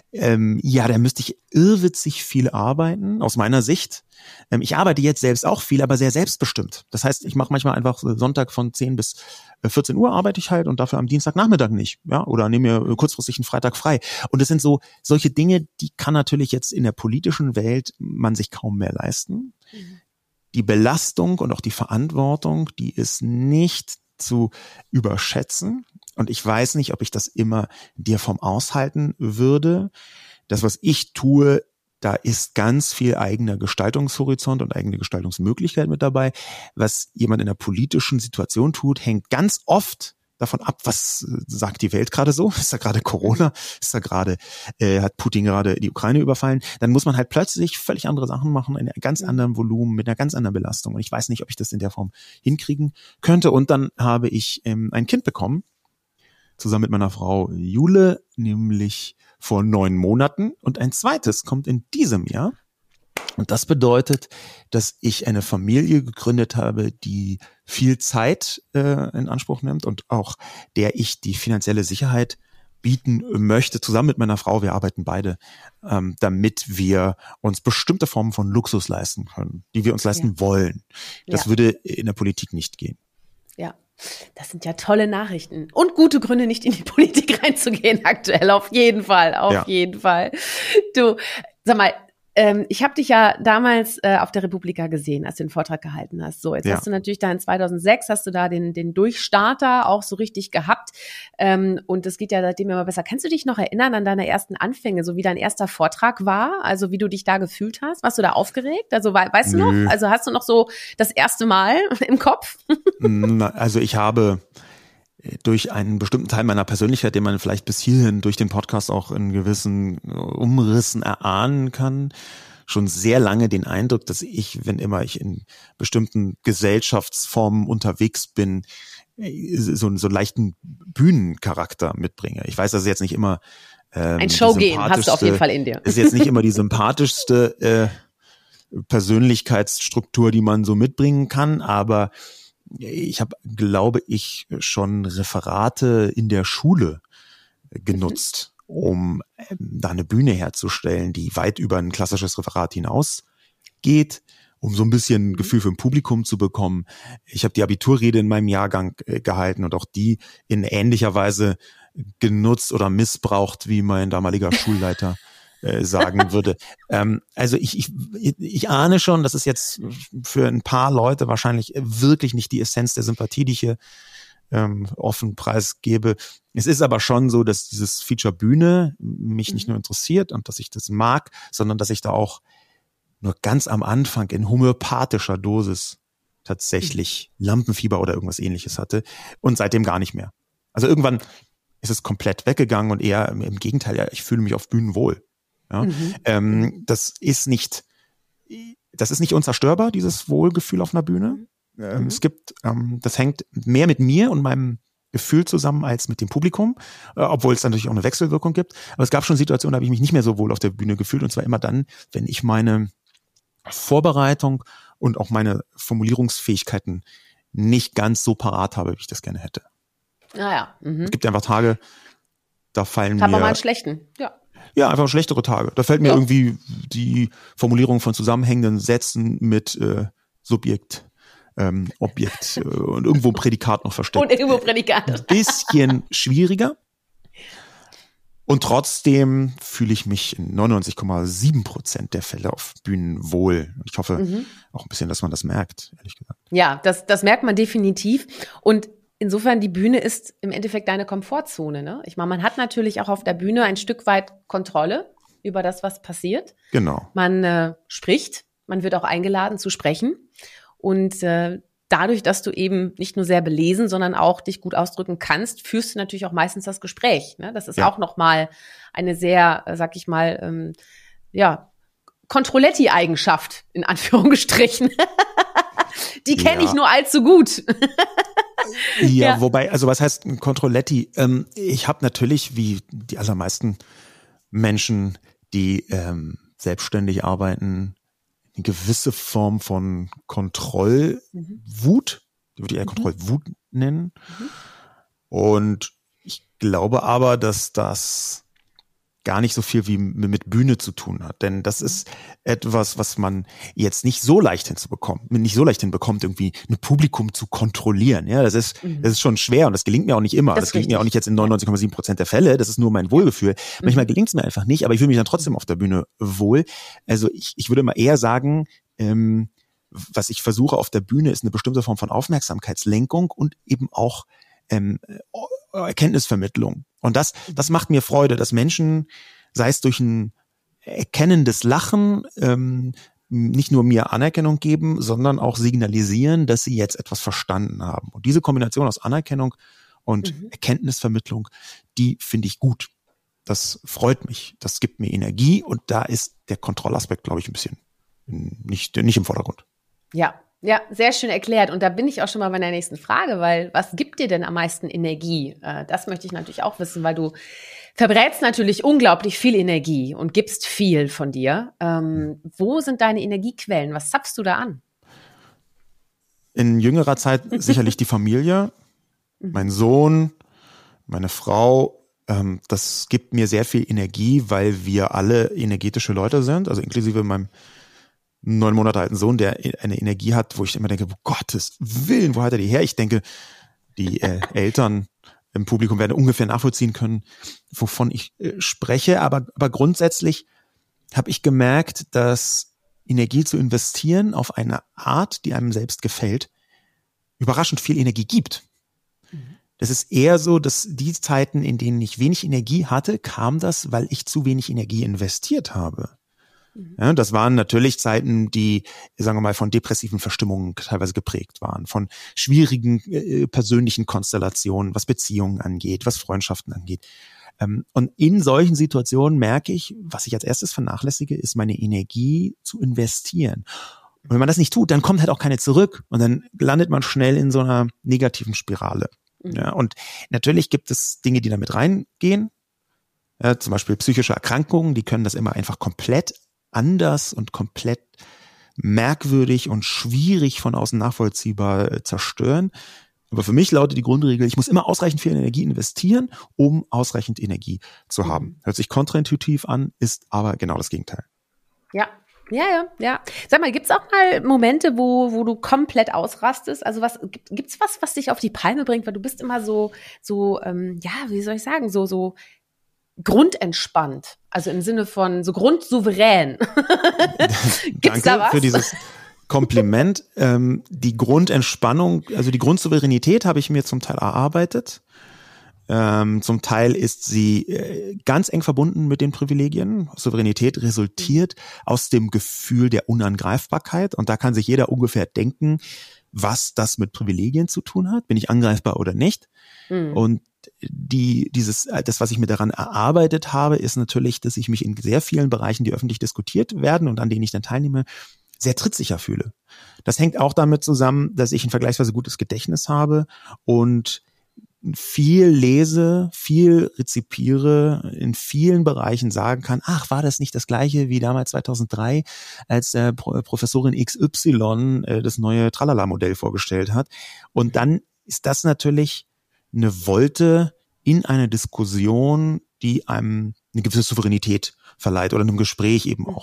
ja, da müsste ich irrwitzig viel arbeiten, aus meiner Sicht. Ich arbeite jetzt selbst auch viel, aber sehr selbstbestimmt. Das heißt, ich mache manchmal einfach Sonntag von 10 bis 14 Uhr arbeite ich halt und dafür am Dienstagnachmittag nicht, ja, oder nehme mir kurzfristig einen Freitag frei. Und das sind so solche Dinge, die kann natürlich jetzt in der politischen Welt man sich kaum mehr leisten. Die Belastung und auch die Verantwortung, die ist nicht zu überschätzen. Und ich weiß nicht, ob ich das immer dir vom aushalten würde. Das, was ich tue, da ist ganz viel eigener Gestaltungshorizont und eigene Gestaltungsmöglichkeit mit dabei. Was jemand in der politischen Situation tut, hängt ganz oft davon ab, was sagt die Welt gerade so? Ist da gerade Corona? Ist da gerade, hat Putin gerade die Ukraine überfallen? Dann muss man halt plötzlich völlig andere Sachen machen, in einem ganz anderen Volumen, mit einer ganz anderen Belastung. Und ich weiß nicht, ob ich das in der Form hinkriegen könnte. Und dann habe ich ein Kind bekommen, zusammen mit meiner Frau Jule, nämlich vor 9 Monaten. Und ein zweites kommt in diesem Jahr. Und das bedeutet, dass ich eine Familie gegründet habe, die viel Zeit in Anspruch nimmt und auch der ich die finanzielle Sicherheit bieten möchte, zusammen mit meiner Frau. Wir arbeiten beide, damit wir uns bestimmte Formen von Luxus leisten können, die wir uns leisten wollen. Das würde in der Politik nicht gehen. Ja. Das sind ja tolle Nachrichten und gute Gründe, nicht in die Politik reinzugehen aktuell, auf jeden Fall, jeden Fall. Du, sag mal, ich habe dich ja damals auf der Republika gesehen, als du den Vortrag gehalten hast. So, jetzt hast du natürlich da in 2006, hast du da den Durchstarter auch so richtig gehabt und das geht ja seitdem immer besser. Kannst du dich noch erinnern an deine ersten Anfänge, so wie dein erster Vortrag war, also wie du dich da gefühlt hast? Warst du da aufgeregt? Also weißt du noch? Also hast du noch so das erste Mal im Kopf? Also ich habe durch einen bestimmten Teil meiner Persönlichkeit, den man vielleicht bis hierhin durch den Podcast auch in gewissen Umrissen erahnen kann, schon sehr lange den Eindruck, dass ich, wenn immer ich in bestimmten Gesellschaftsformen unterwegs bin, so einen leichten Bühnencharakter mitbringe. Ich weiß, dass es jetzt nicht immer ein Showgehen hast du auf jeden Fall in dir. Ist jetzt nicht immer die sympathischste Persönlichkeitsstruktur, die man so mitbringen kann, aber ich habe, glaube ich, schon Referate in der Schule genutzt, um da eine Bühne herzustellen, die weit über ein klassisches Referat hinausgeht, um so ein bisschen ein Gefühl für ein Publikum zu bekommen. Ich habe die Abiturrede in meinem Jahrgang gehalten und auch die in ähnlicher Weise genutzt oder missbraucht, wie mein damaliger Schulleiter sagen würde. Also ich ahne schon, dass es jetzt für ein paar Leute wahrscheinlich wirklich nicht die Essenz der Sympathie, die ich hier offen preisgebe. Es ist aber schon so, dass dieses Feature Bühne mich nicht nur interessiert und dass ich das mag, sondern dass ich da auch nur ganz am Anfang in homöopathischer Dosis tatsächlich Lampenfieber oder irgendwas Ähnliches hatte und seitdem gar nicht mehr. Also irgendwann ist es komplett weggegangen und eher im Gegenteil, ja, ich fühle mich auf Bühnen wohl. Ja, das ist nicht unzerstörbar, dieses Wohlgefühl auf einer Bühne. Es gibt, das hängt mehr mit mir und meinem Gefühl zusammen als mit dem Publikum, obwohl es natürlich auch eine Wechselwirkung gibt. Aber es gab schon Situationen, da habe ich mich nicht mehr so wohl auf der Bühne gefühlt, und zwar immer dann, wenn ich meine Vorbereitung und auch meine Formulierungsfähigkeiten nicht ganz so parat habe, wie ich das gerne hätte. Es gibt einfach Tage, da fallen mir... Aber mal einen schlechten, Ja, einfach schlechtere Tage. Da fällt mir irgendwie die Formulierung von zusammenhängenden Sätzen mit Subjekt, Objekt und irgendwo Prädikat noch versteckt. Und irgendwo Prädikat. Ein bisschen schwieriger. Und trotzdem fühle ich mich in 99,7% der Fälle auf Bühnen wohl. Und ich hoffe auch ein bisschen, dass man das merkt, ehrlich gesagt. Ja, das merkt man definitiv. Und insofern, die Bühne ist im Endeffekt deine Komfortzone, ne? Ich meine, man hat natürlich auch auf der Bühne ein Stück weit Kontrolle über das, was passiert. Genau. Man spricht, man wird auch eingeladen zu sprechen und dadurch, dass du eben nicht nur sehr belesen, sondern auch dich gut ausdrücken kannst, führst du natürlich auch meistens das Gespräch, ne? Das ist auch nochmal eine sehr, sag ich mal, Controletti-Eigenschaft, in Anführungsstrichen. Die kenne ich nur allzu gut. Ja, wobei, also was heißt Controletti? Ich habe natürlich, wie die allermeisten Menschen, die selbstständig arbeiten, eine gewisse Form von Kontrollwut, die würde ich eher Kontrollwut nennen. Und ich glaube aber, dass das gar nicht so viel wie mit Bühne zu tun hat. Denn das ist etwas, was man jetzt nicht so leicht hinbekommt, irgendwie ein Publikum zu kontrollieren. Ja, das ist schon schwer und das gelingt mir auch nicht immer. Das gelingt mir auch nicht jetzt in 99,7% der Fälle. Das ist nur mein Wohlgefühl. Manchmal gelingt es mir einfach nicht, aber ich fühle mich dann trotzdem auf der Bühne wohl. Also ich würde mal eher sagen, was ich versuche auf der Bühne ist eine bestimmte Form von Aufmerksamkeitslenkung und eben auch Erkenntnisvermittlung. Und das macht mir Freude, dass Menschen, sei es durch ein erkennendes Lachen, nicht nur mir Anerkennung geben, sondern auch signalisieren, dass sie jetzt etwas verstanden haben. Und diese Kombination aus Anerkennung und Erkenntnisvermittlung, die finde ich gut. Das freut mich. Das gibt mir Energie und da ist der Kontrollaspekt, glaube ich, ein bisschen nicht im Vordergrund. Ja, sehr schön erklärt. Und da bin ich auch schon mal bei der nächsten Frage, weil was gibt dir denn am meisten Energie? Das möchte ich natürlich auch wissen, weil du verbrätst natürlich unglaublich viel Energie und gibst viel von dir. Wo sind deine Energiequellen? Was zapfst du da an? In jüngerer Zeit sicherlich die Familie, mein Sohn, meine Frau. Das gibt mir sehr viel Energie, weil wir alle energetische Leute sind, also inklusive meinem 9 Monate alten Sohn, der eine Energie hat, wo ich immer denke, Gottes Willen, wo hat er die her? Ich denke, die Eltern im Publikum werden ungefähr nachvollziehen können, wovon ich spreche. Aber grundsätzlich habe ich gemerkt, dass Energie zu investieren auf eine Art, die einem selbst gefällt, überraschend viel Energie gibt. Das ist eher so, dass die Zeiten, in denen ich wenig Energie hatte, kam das, weil ich zu wenig Energie investiert habe. Ja, das waren natürlich Zeiten, die, sagen wir mal, von depressiven Verstimmungen teilweise geprägt waren, von schwierigen persönlichen Konstellationen, was Beziehungen angeht, was Freundschaften angeht. Und in solchen Situationen merke ich, was ich als erstes vernachlässige, ist meine Energie zu investieren. Und wenn man das nicht tut, dann kommt halt auch keine zurück und dann landet man schnell in so einer negativen Spirale. Ja, und natürlich gibt es Dinge, die damit reingehen. Ja, zum Beispiel psychische Erkrankungen, die können das immer einfach komplett anders und komplett merkwürdig und schwierig von außen nachvollziehbar zerstören. Aber für mich lautet die Grundregel, ich muss immer ausreichend viel Energie investieren, um ausreichend Energie zu haben. Hört sich kontraintuitiv an, ist aber genau das Gegenteil. Ja. Sag mal, gibt's auch mal Momente, wo du komplett ausrastest? Also gibt's was dich auf die Palme bringt? Weil du bist immer so, wie soll ich sagen, so grundentspannt. Also im Sinne von so grundsouverän. Gibt's da was? Danke für dieses Kompliment. Die Grundentspannung, also die Grundsouveränität habe ich mir zum Teil erarbeitet. Zum Teil ist sie ganz eng verbunden mit den Privilegien. Souveränität resultiert aus dem Gefühl der Unangreifbarkeit. Und da kann sich jeder ungefähr denken, was das mit Privilegien zu tun hat. Bin ich angreifbar oder nicht? Und das, was ich mir daran erarbeitet habe, ist natürlich, dass ich mich in sehr vielen Bereichen, die öffentlich diskutiert werden und an denen ich dann teilnehme, sehr trittsicher fühle. Das hängt auch damit zusammen, dass ich ein vergleichsweise gutes Gedächtnis habe und viel lese, viel rezipiere, in vielen Bereichen sagen kann, ach, war das nicht das Gleiche wie damals 2003, als Professorin XY das neue Tralala-Modell vorgestellt hat. Und dann ist das natürlich eine Wolte in eine Diskussion, die einem eine gewisse Souveränität verleiht oder einem Gespräch eben auch.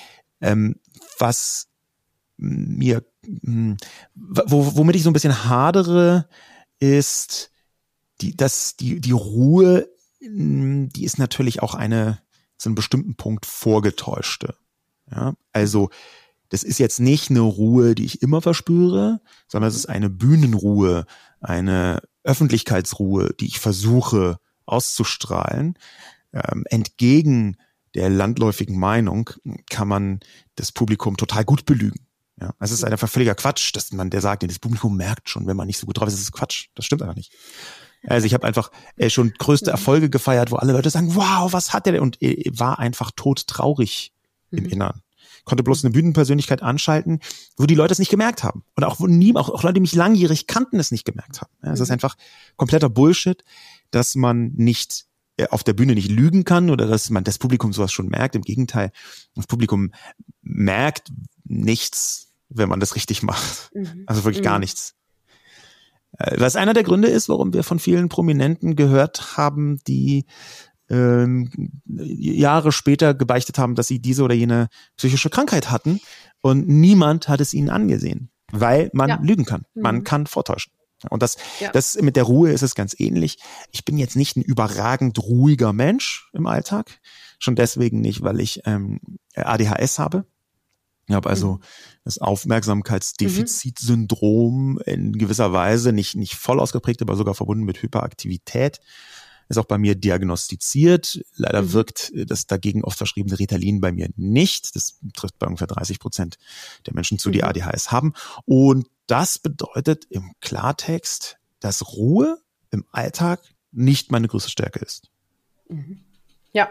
Womit ich so ein bisschen hadere, ist die Ruhe, die ist natürlich auch zu einem bestimmten Punkt vorgetäuschte. Ja, also das ist jetzt nicht eine Ruhe, die ich immer verspüre, sondern es ist eine Bühnenruhe, eine Öffentlichkeitsruhe, die ich versuche auszustrahlen, entgegen der landläufigen Meinung, kann man das Publikum total gut belügen. Ja, es ist einfach völliger Quatsch, dass der sagt, das Publikum merkt schon, wenn man nicht so gut drauf ist, das ist Quatsch. Das stimmt einfach nicht. Also ich habe einfach schon größte Erfolge gefeiert, wo alle Leute sagen, wow, was hat der denn? Und war einfach todtraurig im Innern. Konnte bloß eine Bühnenpersönlichkeit anschalten, wo die Leute es nicht gemerkt haben. Und auch auch Leute, die mich langjährig kannten, es nicht gemerkt haben. Ja, es ist einfach kompletter Bullshit, dass man nicht auf der Bühne nicht lügen kann oder dass man das Publikum sowas schon merkt. Im Gegenteil, das Publikum merkt nichts, wenn man das richtig macht. Also wirklich gar nichts. Was einer der Gründe ist, warum wir von vielen Prominenten gehört haben, die Jahre später gebeichtet haben, dass sie diese oder jene psychische Krankheit hatten und niemand hat es ihnen angesehen, weil man lügen kann. Man kann vortäuschen. Und das mit der Ruhe ist es ganz ähnlich. Ich bin jetzt nicht ein überragend ruhiger Mensch im Alltag. Schon deswegen nicht, weil ich ADHS habe. Ich habe also das Aufmerksamkeitsdefizitsyndrom in gewisser Weise nicht voll ausgeprägt, aber sogar verbunden mit Hyperaktivität. Ist auch bei mir diagnostiziert. Leider wirkt das dagegen oft verschriebene Ritalin bei mir nicht. Das trifft bei ungefähr 30% der Menschen zu, die ADHS haben. Und das bedeutet im Klartext, dass Ruhe im Alltag nicht meine größte Stärke ist. Ja.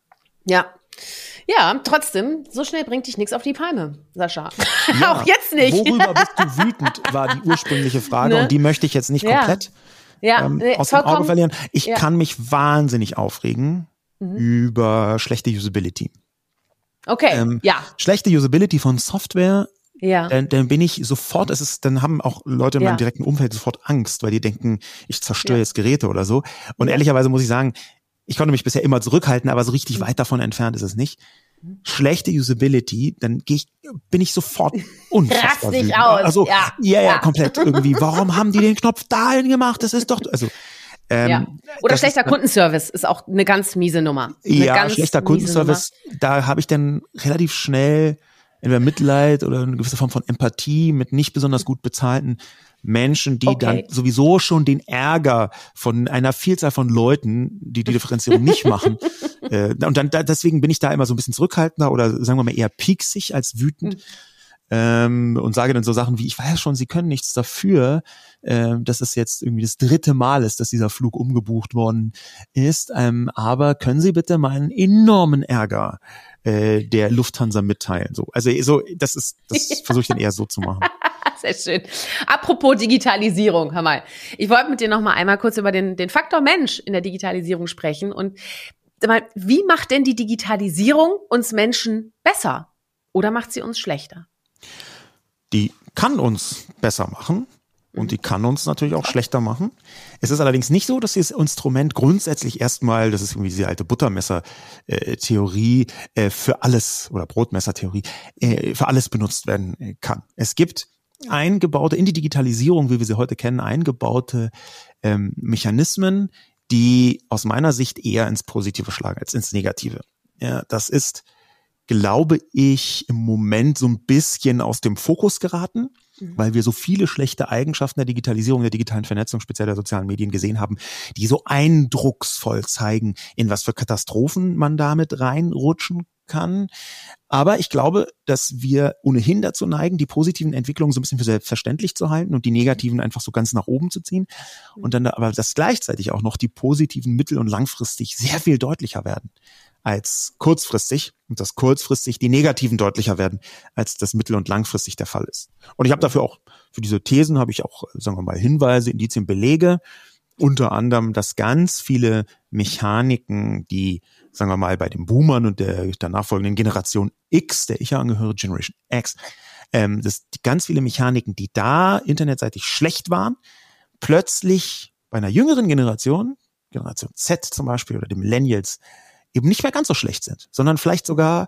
Ja, trotzdem, so schnell bringt dich nichts auf die Palme, Sascha. Ja, auch jetzt nicht. Worüber bist du wütend, war die ursprüngliche Frage. Ne? Und die möchte ich jetzt nicht komplett aus dem Auge verlieren. Ich kann mich wahnsinnig aufregen über schlechte Usability. Okay, Schlechte Usability von Software, dann bin ich sofort, dann haben auch Leute in meinem direkten Umfeld sofort Angst, weil die denken, ich zerstöre jetzt Geräte oder so. Und ehrlicherweise muss ich sagen, ich konnte mich bisher immer zurückhalten, aber so richtig weit davon entfernt ist es nicht. Schlechte Usability, dann bin ich sofort unfassbar wütend. Dich aus. Also, komplett irgendwie. Warum haben die den Knopf dahin gemacht? Das ist doch, Oder schlechter Kundenservice ist auch eine ganz miese Nummer. Schlechter Kundenservice, da habe ich dann relativ schnell entweder Mitleid oder eine gewisse Form von Empathie mit nicht besonders gut bezahlten Menschen, die dann sowieso schon den Ärger von einer Vielzahl von Leuten, die Differenzierung nicht machen. Und dann deswegen bin ich da immer so ein bisschen zurückhaltender oder sagen wir mal eher pieksig als wütend. Und sage dann so Sachen wie, ich weiß schon, Sie können nichts dafür, dass es jetzt irgendwie das 3. Mal ist, dass dieser Flug umgebucht worden ist, aber können Sie bitte meinen enormen Ärger der Lufthansa mitteilen? Das versuche ich dann eher so zu machen. Sehr schön. Apropos Digitalisierung, hör mal. Ich wollte mit dir noch mal einmal kurz über den Faktor Mensch in der Digitalisierung sprechen. Und wie macht denn die Digitalisierung uns Menschen besser? Oder macht sie uns schlechter? Die kann uns besser machen und die kann uns natürlich auch schlechter machen. Es ist allerdings nicht so, dass dieses Instrument grundsätzlich erstmal, das ist irgendwie diese alte Buttermesser-Theorie, für alles, oder Brotmesser-Theorie, für alles benutzt werden kann. Es gibt eingebaute, in die Digitalisierung, wie wir sie heute kennen, eingebaute Mechanismen, die aus meiner Sicht eher ins Positive schlagen als ins Negative. Ja, das ist, glaube ich, im Moment so ein bisschen aus dem Fokus geraten, weil wir so viele schlechte Eigenschaften der Digitalisierung, der digitalen Vernetzung, speziell der sozialen Medien gesehen haben, die so eindrucksvoll zeigen, in was für Katastrophen man damit reinrutschen kann. Aber ich glaube, dass wir ohnehin dazu neigen, die positiven Entwicklungen so ein bisschen für selbstverständlich zu halten und die negativen einfach so ganz nach oben zu ziehen. Und dann aber, dass gleichzeitig auch noch die positiven mittel- und langfristig sehr viel deutlicher werden als kurzfristig und dass kurzfristig die negativen deutlicher werden, als das mittel- und langfristig der Fall ist. Und ich habe dafür auch, für diese Thesen habe ich auch, sagen wir mal, Hinweise, Indizien, Belege, unter anderem, dass ganz viele Mechaniken, die, sagen wir mal, bei den Boomern und der nachfolgenden Generation X, der ich ja angehöre, Generation X, dass ganz viele Mechaniken, die da internetseitig schlecht waren, plötzlich bei einer jüngeren Generation Z zum Beispiel oder den Millennials, eben nicht mehr ganz so schlecht sind, sondern vielleicht sogar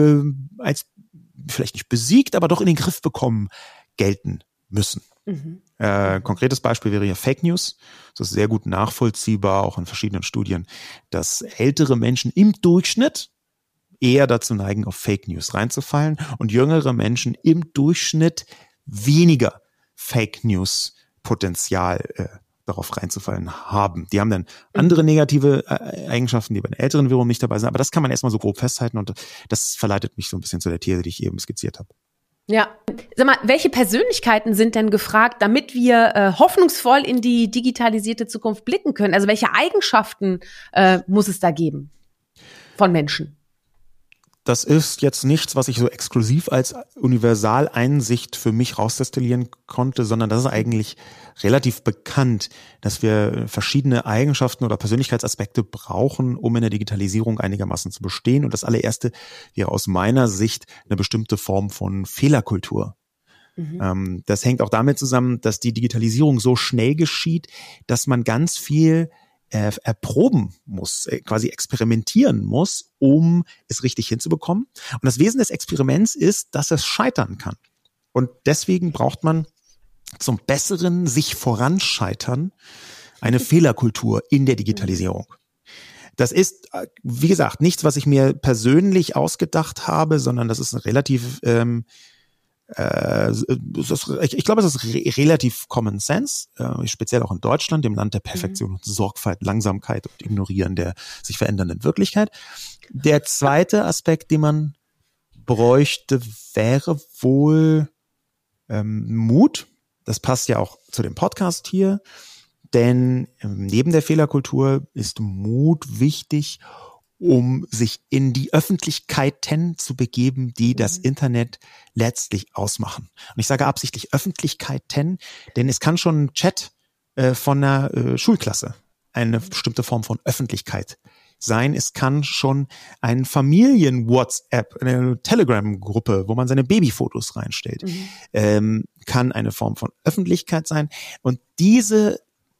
als vielleicht nicht besiegt, aber doch in den Griff bekommen gelten müssen. Konkretes Beispiel wäre hier Fake News. Das ist sehr gut nachvollziehbar, auch in verschiedenen Studien, dass ältere Menschen im Durchschnitt eher dazu neigen, auf Fake News reinzufallen und jüngere Menschen im Durchschnitt weniger Fake News Potenzial darauf reinzufallen haben. Die haben dann andere negative Eigenschaften, die bei den Älteren wiederum nicht dabei sind, aber das kann man erstmal so grob festhalten und das verleitet mich so ein bisschen zu der These, die ich eben skizziert habe. Ja, sag mal, welche Persönlichkeiten sind denn gefragt, damit wir hoffnungsvoll in die digitalisierte Zukunft blicken können? Also welche Eigenschaften muss es da geben von Menschen? Das ist jetzt nichts, was ich so exklusiv als Universaleinsicht für mich rausdestillieren konnte, sondern das ist eigentlich relativ bekannt, dass wir verschiedene Eigenschaften oder Persönlichkeitsaspekte brauchen, um in der Digitalisierung einigermaßen zu bestehen. Und das allererste wäre aus meiner Sicht eine bestimmte Form von Fehlerkultur. Das hängt auch damit zusammen, dass die Digitalisierung so schnell geschieht, dass man ganz viel erproben muss, quasi experimentieren muss, um es richtig hinzubekommen. Und das Wesen des Experiments ist, dass es scheitern kann. Und deswegen braucht man zum besseren sich voranscheitern eine Fehlerkultur in der Digitalisierung. Das ist, wie gesagt, nichts, was ich mir persönlich ausgedacht habe, sondern das ist ein relativ ich glaube, es ist relativ Common Sense, speziell auch in Deutschland, dem Land der Perfektion und Sorgfalt, Langsamkeit und Ignorieren der sich verändernden Wirklichkeit. Der zweite Aspekt, den man bräuchte, wäre wohl Mut. Das passt ja auch zu dem Podcast hier, denn neben der Fehlerkultur ist Mut wichtig, um sich in die Öffentlichkeiten zu begeben, die das Internet letztlich ausmachen. Und ich sage absichtlich Öffentlichkeiten, denn es kann schon ein Chat von einer Schulklasse eine bestimmte Form von Öffentlichkeit sein. Es kann schon ein Familien-WhatsApp, eine Telegram-Gruppe, wo man seine Babyfotos reinstellt, kann eine Form von Öffentlichkeit sein. Und diese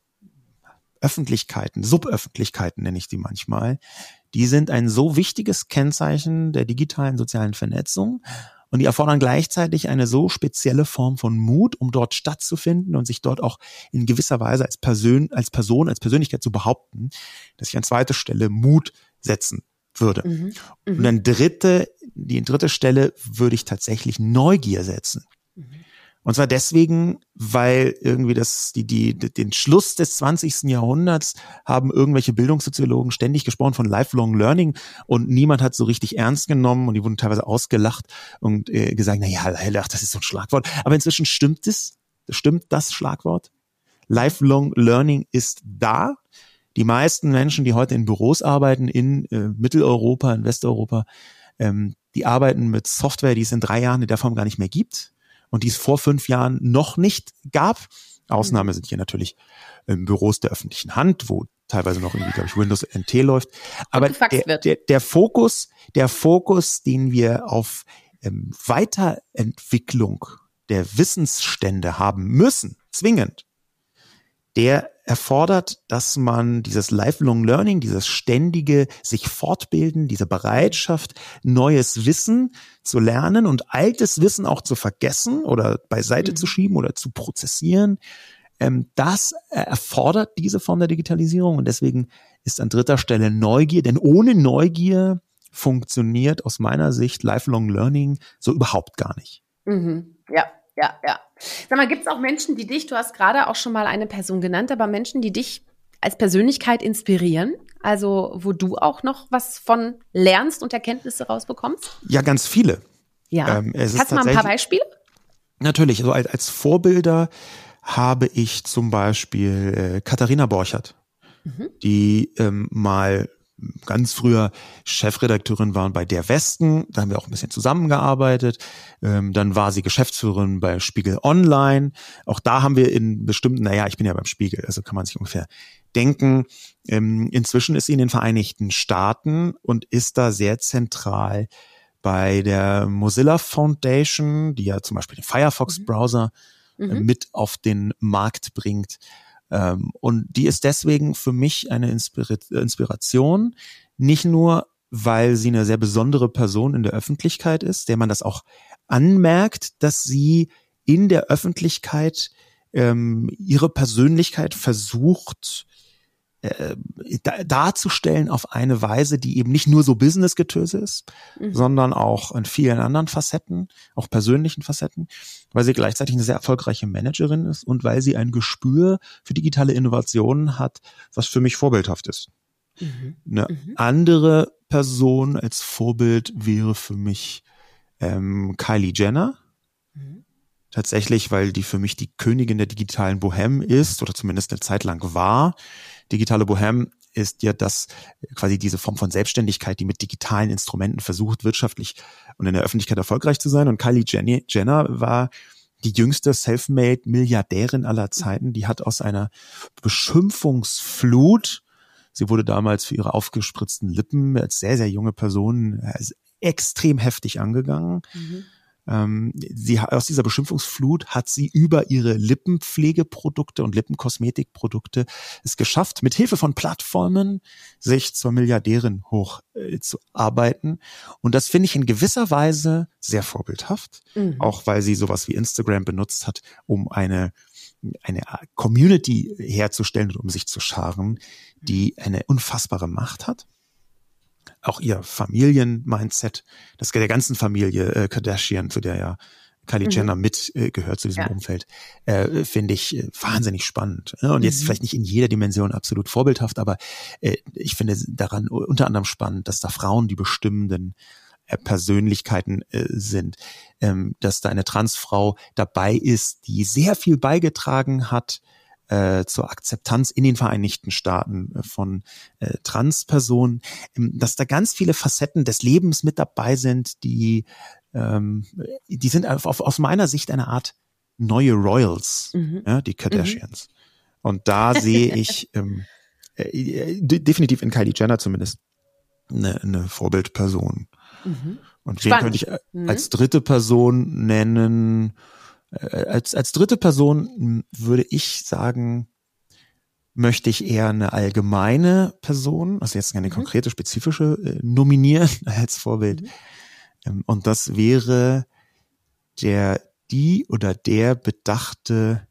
Öffentlichkeiten, Suböffentlichkeiten nenne ich die manchmal, die sind ein so wichtiges Kennzeichen der digitalen sozialen Vernetzung und die erfordern gleichzeitig eine so spezielle Form von Mut, um dort stattzufinden und sich dort auch in gewisser Weise als Person, als Persönlichkeit zu behaupten, dass ich an zweiter Stelle Mut setzen würde. Und die dritte Stelle würde ich tatsächlich Neugier setzen. Und zwar deswegen, weil irgendwie den Schluss des 20. Jahrhunderts haben irgendwelche Bildungssoziologen ständig gesprochen von Lifelong Learning und niemand hat so richtig ernst genommen und die wurden teilweise ausgelacht und gesagt, das ist so ein Schlagwort. Aber inzwischen stimmt das Schlagwort. Lifelong Learning ist da. Die meisten Menschen, die heute in Büros arbeiten, in Mitteleuropa, in Westeuropa, die arbeiten mit Software, die es in 3 Jahren in der Form gar nicht mehr gibt. Und die es vor 5 Jahren noch nicht gab. Ausnahme sind hier natürlich Büros der öffentlichen Hand, wo teilweise noch irgendwie, glaube ich, Windows NT läuft. Aber der Fokus, den wir auf Weiterentwicklung der Wissensstände haben müssen, zwingend, der erfordert, dass man dieses Lifelong Learning, dieses ständige sich fortbilden, diese Bereitschaft, neues Wissen zu lernen und altes Wissen auch zu vergessen oder beiseite zu schieben oder zu prozessieren, das erfordert diese Form der Digitalisierung und deswegen ist an dritter Stelle Neugier, denn ohne Neugier funktioniert aus meiner Sicht Lifelong Learning so überhaupt gar nicht. Ja. Sag mal, gibt es auch Menschen, die dich, du hast gerade auch schon mal eine Person genannt, aber Menschen, die dich als Persönlichkeit inspirieren? Also wo du auch noch was von lernst und Erkenntnisse rausbekommst? Ja, ganz viele. Ja, hast du mal ein paar Beispiele? Natürlich, also als Vorbilder habe ich zum Beispiel Katharina Borchert, die mal ganz früher Chefredakteurin waren bei Der Westen, da haben wir auch ein bisschen zusammengearbeitet, dann war sie Geschäftsführerin bei Spiegel Online, auch da haben wir in bestimmten, ich bin ja beim Spiegel, also kann man sich ungefähr denken, inzwischen ist sie in den Vereinigten Staaten und ist da sehr zentral bei der Mozilla Foundation, die ja zum Beispiel den Firefox-Browser mit auf den Markt bringt. Und die ist deswegen für mich eine Inspiration, nicht nur, weil sie eine sehr besondere Person in der Öffentlichkeit ist, der man das auch anmerkt, dass sie in der Öffentlichkeit ihre Persönlichkeit versucht darzustellen auf eine Weise, die eben nicht nur so Business-Getöse ist, sondern auch in vielen anderen Facetten, auch persönlichen Facetten, weil sie gleichzeitig eine sehr erfolgreiche Managerin ist und weil sie ein Gespür für digitale Innovationen hat, was für mich vorbildhaft ist. Eine andere Person als Vorbild wäre für mich Kylie Jenner. Tatsächlich, weil die für mich die Königin der digitalen Bohème ist oder zumindest eine Zeit lang war. Digitale Bohème ist ja das quasi diese Form von Selbstständigkeit, die mit digitalen Instrumenten versucht, wirtschaftlich und in der Öffentlichkeit erfolgreich zu sein. Und Kylie Jenner war die jüngste Selfmade-Milliardärin aller Zeiten. Die hat aus einer Beschimpfungsflut, sie wurde damals für ihre aufgespritzten Lippen als sehr, sehr junge Person extrem heftig angegangen. Aus dieser Beschimpfungsflut hat sie über ihre Lippenpflegeprodukte und Lippenkosmetikprodukte es geschafft, mit Hilfe von Plattformen sich zur Milliardärin hochzuarbeiten. Und das finde ich in gewisser Weise sehr vorbildhaft, auch weil sie sowas wie Instagram benutzt hat, um eine Community herzustellen und um sich zu scharen, die eine unfassbare Macht hat. Auch ihr Familien-Mindset, das der ganzen Familie Kardashian, zu der ja Kylie Jenner gehört zu diesem Umfeld, finde ich wahnsinnig spannend. Und jetzt vielleicht nicht in jeder Dimension absolut vorbildhaft, aber ich finde daran unter anderem spannend, dass da Frauen die bestimmenden Persönlichkeiten sind, dass da eine Transfrau dabei ist, die sehr viel beigetragen hat zur Akzeptanz in den Vereinigten Staaten von Transpersonen, dass da ganz viele Facetten des Lebens mit dabei sind, die sind aus meiner Sicht eine Art neue Royals, die Kardashians. Und da sehe ich definitiv in Kylie Jenner zumindest eine Vorbildperson. Und wen könnte ich als dritte Person nennen? Als dritte Person würde ich sagen, möchte ich eher eine allgemeine Person, also jetzt keine konkrete, spezifische, nominieren als Vorbild. Und das wäre die oder der bedachte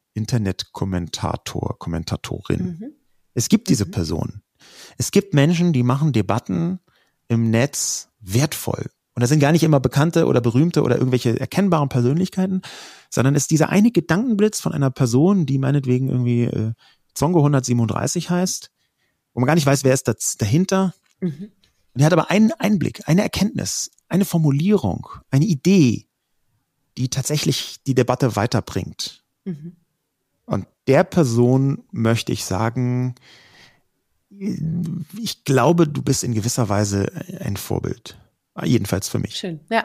Internetkommentatorin. Es gibt diese Person. Es gibt Menschen, die machen Debatten im Netz wertvoll. Und das sind gar nicht immer bekannte oder berühmte oder irgendwelche erkennbaren Persönlichkeiten, sondern es ist dieser eine Gedankenblitz von einer Person, die meinetwegen irgendwie Zongo 137 heißt, wo man gar nicht weiß, wer ist das dahinter. Und die hat aber einen Einblick, eine Erkenntnis, eine Formulierung, eine Idee, die tatsächlich die Debatte weiterbringt. Und der Person möchte ich sagen, ich glaube, du bist in gewisser Weise ein Vorbild. Jedenfalls für mich. Schön, ja.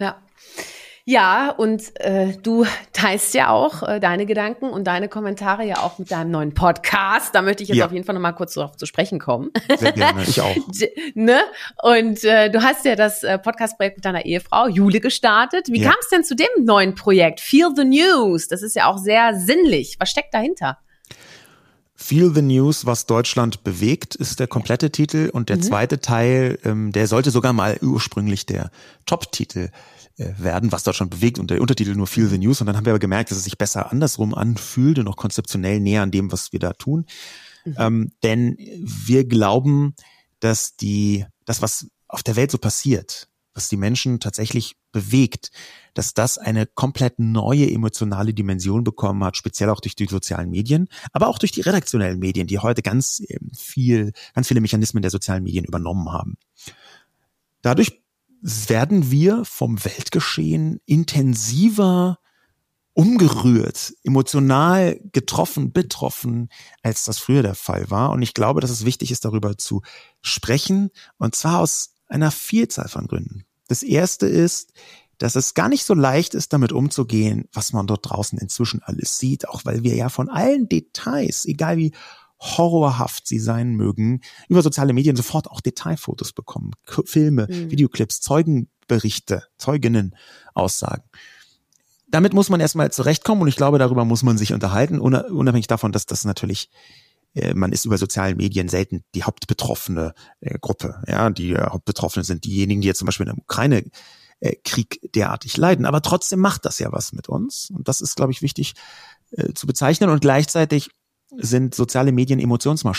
Ja, und du teilst ja auch deine Gedanken und deine Kommentare ja auch mit deinem neuen Podcast. Da möchte ich jetzt auf jeden Fall nochmal kurz darauf zu sprechen kommen. Sehr gerne, ich auch. Ne? Und du hast ja das Podcast-Projekt mit deiner Ehefrau Jule gestartet. Wie kam es denn zu dem neuen Projekt? Feel the News. Das ist ja auch sehr sinnlich. Was steckt dahinter? Feel the News, was Deutschland bewegt, ist der komplette Titel. Und der zweite Teil, der sollte sogar mal ursprünglich der Top-Titel werden, was Deutschland bewegt, und der Untertitel nur Feel the News. Und dann haben wir aber gemerkt, dass es sich besser andersrum anfühlt und auch konzeptionell näher an dem, was wir da tun. Denn wir glauben, dass das, was auf der Welt so passiert, was die Menschen tatsächlich bewegt, dass das eine komplett neue emotionale Dimension bekommen hat, speziell auch durch die sozialen Medien, aber auch durch die redaktionellen Medien, die heute ganz viele Mechanismen der sozialen Medien übernommen haben. Dadurch werden wir vom Weltgeschehen intensiver umgerührt, emotional betroffen, als das früher der Fall war. Und ich glaube, dass es wichtig ist, darüber zu sprechen, und zwar aus einer Vielzahl von Gründen. Das erste ist, dass es gar nicht so leicht ist, damit umzugehen, was man dort draußen inzwischen alles sieht, auch weil wir ja von allen Details, egal wie horrorhaft sie sein mögen, über soziale Medien sofort auch Detailfotos bekommen, Filme, Videoclips, Zeugenberichte, Zeuginnenaussagen. Damit muss man erstmal zurechtkommen, und ich glaube, darüber muss man sich unterhalten, unabhängig davon, dass das natürlich, man ist über sozialen Medien selten die hauptbetroffene Gruppe. Ja, die Hauptbetroffenen sind diejenigen, die jetzt zum Beispiel in der Ukraine-Krieg derartig leiden. Aber trotzdem macht das ja was mit uns. Und das ist, glaube ich, wichtig zu bezeichnen. Und gleichzeitig sind soziale Medien Emotionsmaschinen.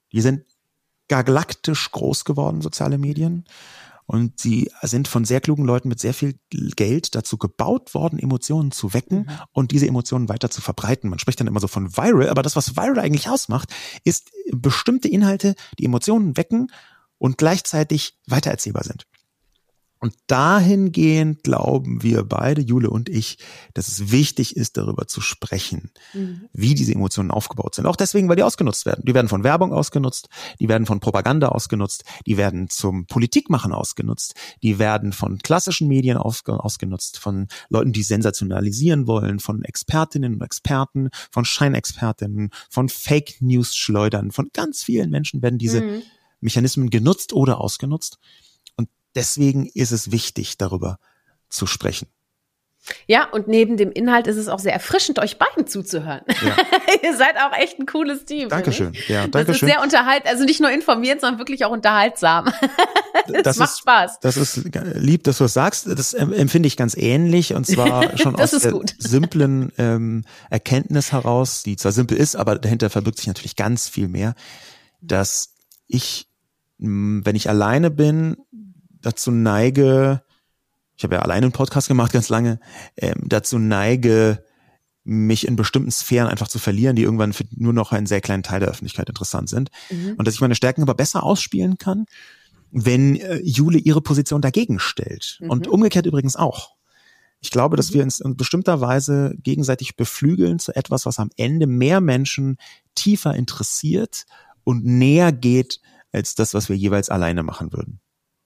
Die sind galaktisch groß geworden, soziale Medien. Und sie sind von sehr klugen Leuten mit sehr viel Geld dazu gebaut worden, Emotionen zu wecken und diese Emotionen weiter zu verbreiten. Man spricht dann immer so von viral, aber das, was viral eigentlich ausmacht, ist bestimmte Inhalte, die Emotionen wecken und gleichzeitig weitererzählbar sind. Und dahingehend glauben wir beide, Jule und ich, dass es wichtig ist, darüber zu sprechen, wie diese Emotionen aufgebaut sind. Auch deswegen, weil die ausgenutzt werden. Die werden von Werbung ausgenutzt, die werden von Propaganda ausgenutzt, die werden zum Politikmachen ausgenutzt, die werden von klassischen Medien ausgenutzt, von Leuten, die sensationalisieren wollen, von Expertinnen und Experten, von Scheinexpertinnen, von Fake-News-Schleudern, von ganz vielen Menschen werden diese Mechanismen genutzt oder ausgenutzt. Deswegen ist es wichtig, darüber zu sprechen. Ja, und neben dem Inhalt ist es auch sehr erfrischend, euch beiden zuzuhören. Ja. Ihr seid auch echt ein cooles Team. Dankeschön. Ja, das Dankeschön. ist sehr unterhaltsam, also nicht nur informiert, sondern wirklich auch unterhaltsam. Das macht Spaß. Das ist lieb, dass du das sagst. Das empfinde ich ganz ähnlich, und zwar schon aus der simplen Erkenntnis heraus, die zwar simpel ist, aber dahinter verbirgt sich natürlich ganz viel mehr, dass ich, wenn ich alleine bin, dazu neige, ich habe ja alleine einen Podcast gemacht ganz lange, dazu neige, mich in bestimmten Sphären einfach zu verlieren, die irgendwann für nur noch einen sehr kleinen Teil der Öffentlichkeit interessant sind. Und dass ich meine Stärken aber besser ausspielen kann, wenn Jule ihre Position dagegen stellt. Und umgekehrt übrigens auch. Ich glaube, dass wir uns in bestimmter Weise gegenseitig beflügeln zu etwas, was am Ende mehr Menschen tiefer interessiert und näher geht als das, was wir jeweils alleine machen würden.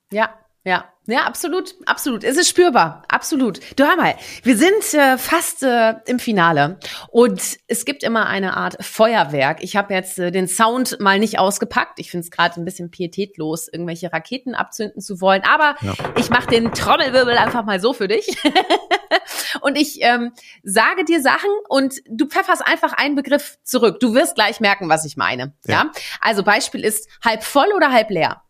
Ja, absolut. Es ist spürbar, absolut. Du, hör mal, wir sind fast im Finale und es gibt immer eine Art Feuerwerk. Ich habe jetzt den Sound mal nicht ausgepackt. Ich finde es gerade ein bisschen pietätlos, irgendwelche Raketen abzünden zu wollen, aber ich mache den Trommelwirbel einfach mal so für dich. Und ich sage dir Sachen und du pfefferst einfach einen Begriff zurück. Du wirst gleich merken, was ich meine. Ja? Also Beispiel ist halb voll oder halb leer?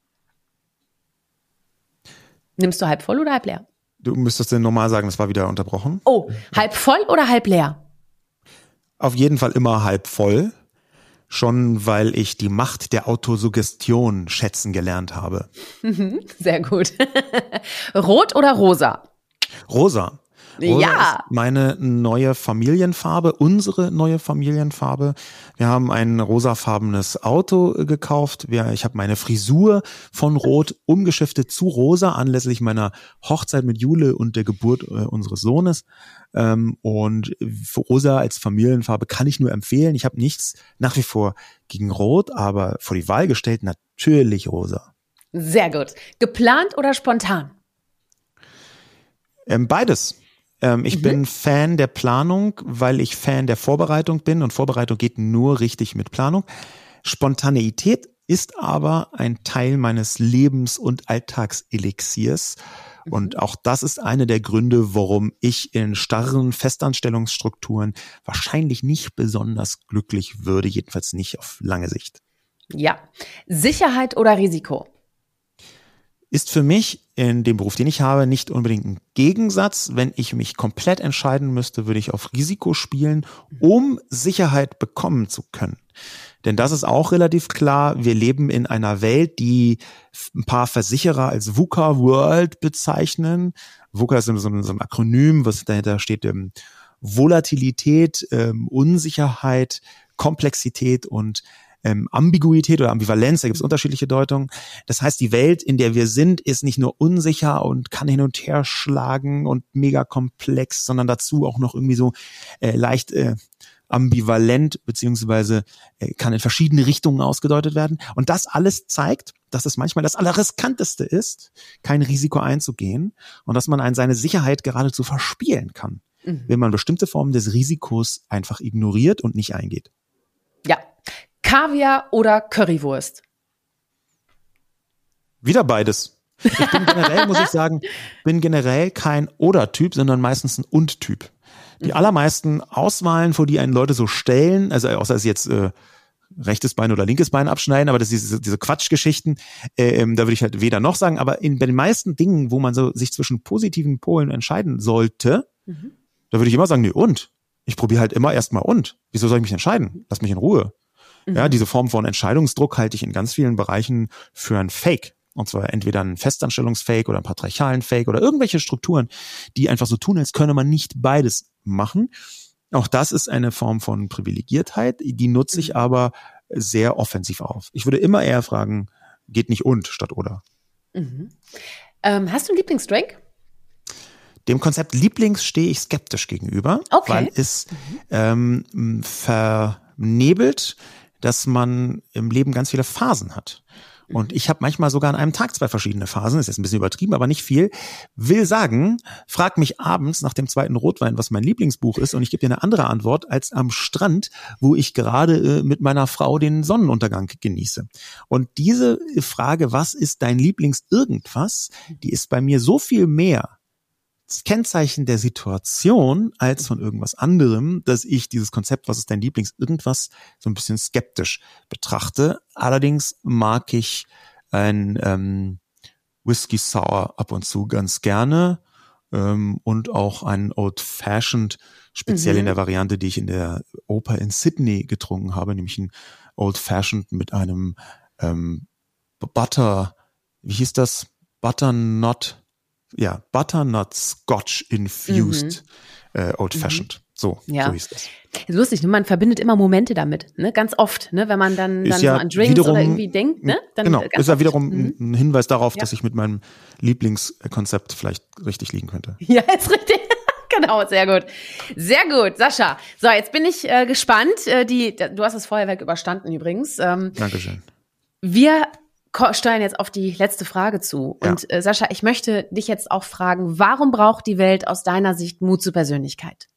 Nimmst du halb voll oder halb leer? Du müsstest denn normal sagen, das war wieder unterbrochen. Oh, halb voll oder halb leer? Auf jeden Fall immer halb voll. Schon weil ich die Macht der Autosuggestion schätzen gelernt habe. Sehr gut. Rot oder rosa? Rosa. Rosa ist meine neue Familienfarbe, unsere neue Familienfarbe. Wir haben ein rosafarbenes Auto gekauft. Ich habe meine Frisur von Rot umgeschiftet zu rosa anlässlich meiner Hochzeit mit Jule und der Geburt unseres Sohnes. Und rosa als Familienfarbe kann ich nur empfehlen. Ich habe nichts nach wie vor gegen Rot, aber vor die Wahl gestellt natürlich rosa. Sehr gut. Geplant oder spontan? Beides. Ich bin Fan der Planung, weil ich Fan der Vorbereitung bin, und Vorbereitung geht nur richtig mit Planung. Spontaneität ist aber ein Teil meines Lebens- und Alltagselixiers. Und auch das ist eine der Gründe, warum ich in starren Festanstellungsstrukturen wahrscheinlich nicht besonders glücklich würde, jedenfalls nicht auf lange Sicht. Ja. Sicherheit oder Risiko? Ist für mich in dem Beruf, den ich habe, nicht unbedingt ein Gegensatz. Wenn ich mich komplett entscheiden müsste, würde ich auf Risiko spielen, um Sicherheit bekommen zu können. Denn das ist auch relativ klar. Wir leben in einer Welt, die ein paar Versicherer als VUCA World bezeichnen. VUCA ist so ein Akronym, was dahinter steht: Volatilität, Unsicherheit, Komplexität und Ambiguität oder Ambivalenz, da gibt es unterschiedliche Deutungen. Das heißt, die Welt, in der wir sind, ist nicht nur unsicher und kann hin und her schlagen und mega komplex, sondern dazu auch noch irgendwie so leicht ambivalent, beziehungsweise kann in verschiedene Richtungen ausgedeutet werden. Und das alles zeigt, dass es manchmal das Allerriskanteste ist, kein Risiko einzugehen, und dass man seine Sicherheit geradezu verspielen kann, wenn man bestimmte Formen des Risikos einfach ignoriert und nicht eingeht. Ja. Kaviar oder Currywurst? Wieder beides. Ich bin generell, muss ich sagen, kein Oder-Typ, sondern meistens ein Und-Typ. Die allermeisten Auswahlen, vor die einen Leute so stellen, also außer es jetzt rechtes Bein oder linkes Bein abschneiden, aber das ist diese Quatschgeschichten, da würde ich halt weder noch sagen, aber bei den meisten Dingen, wo man so sich zwischen positiven Polen entscheiden sollte, da würde ich immer sagen, nee, und? Ich probiere halt immer erstmal und. Wieso soll ich mich entscheiden? Lass mich in Ruhe. Ja, diese Form von Entscheidungsdruck halte ich in ganz vielen Bereichen für ein Fake. Und zwar entweder einen Festanstellungsfake oder einen patriarchalen Fake oder irgendwelche Strukturen, die einfach so tun, als könne man nicht beides machen. Auch das ist eine Form von Privilegiertheit, die nutze ich aber sehr offensiv auf. Ich würde immer eher fragen, geht nicht und statt oder. Hast du einen Lieblingsdrink? Dem Konzept Lieblings stehe ich skeptisch gegenüber, weil es vernebelt, dass man im Leben ganz viele Phasen hat. Und ich habe manchmal sogar an einem Tag 2 verschiedene Phasen, ist jetzt ein bisschen übertrieben, aber nicht viel. Will sagen, frag mich abends nach dem 2. Rotwein, was mein Lieblingsbuch ist, und ich gebe dir eine andere Antwort als am Strand, wo ich gerade mit meiner Frau den Sonnenuntergang genieße. Und diese Frage, was ist dein Lieblings-Irgendwas, die ist bei mir so viel mehr das Kennzeichen der Situation als von irgendwas anderem, dass ich dieses Konzept, was ist dein Lieblings-Irgendwas, so ein bisschen skeptisch betrachte. Allerdings mag ich ein Whisky Sour ab und zu ganz gerne und auch einen Old Fashioned, speziell in der Variante, die ich in der Oper in Sydney getrunken habe, nämlich ein Old Fashioned mit einem Butternut Scotch infused Old Fashioned. So hieß das. Ist lustig, ne? Man verbindet immer Momente damit, ne? Ganz oft, ne? Wenn man dann so an Drinks wiederum, oder irgendwie denkt, ne? Dann genau, ist ja wiederum ein Hinweis darauf, dass ich mit meinem Lieblingskonzept vielleicht richtig liegen könnte. Ja, ist richtig. Genau, sehr gut. Sehr gut, Sascha. So, jetzt bin ich gespannt. Du hast das Feuerwerk überstanden übrigens. Dankeschön. Wir steuern jetzt auf die letzte Frage zu. Und Sascha, ich möchte dich jetzt auch fragen, warum braucht die Welt aus deiner Sicht Mut zur Persönlichkeit?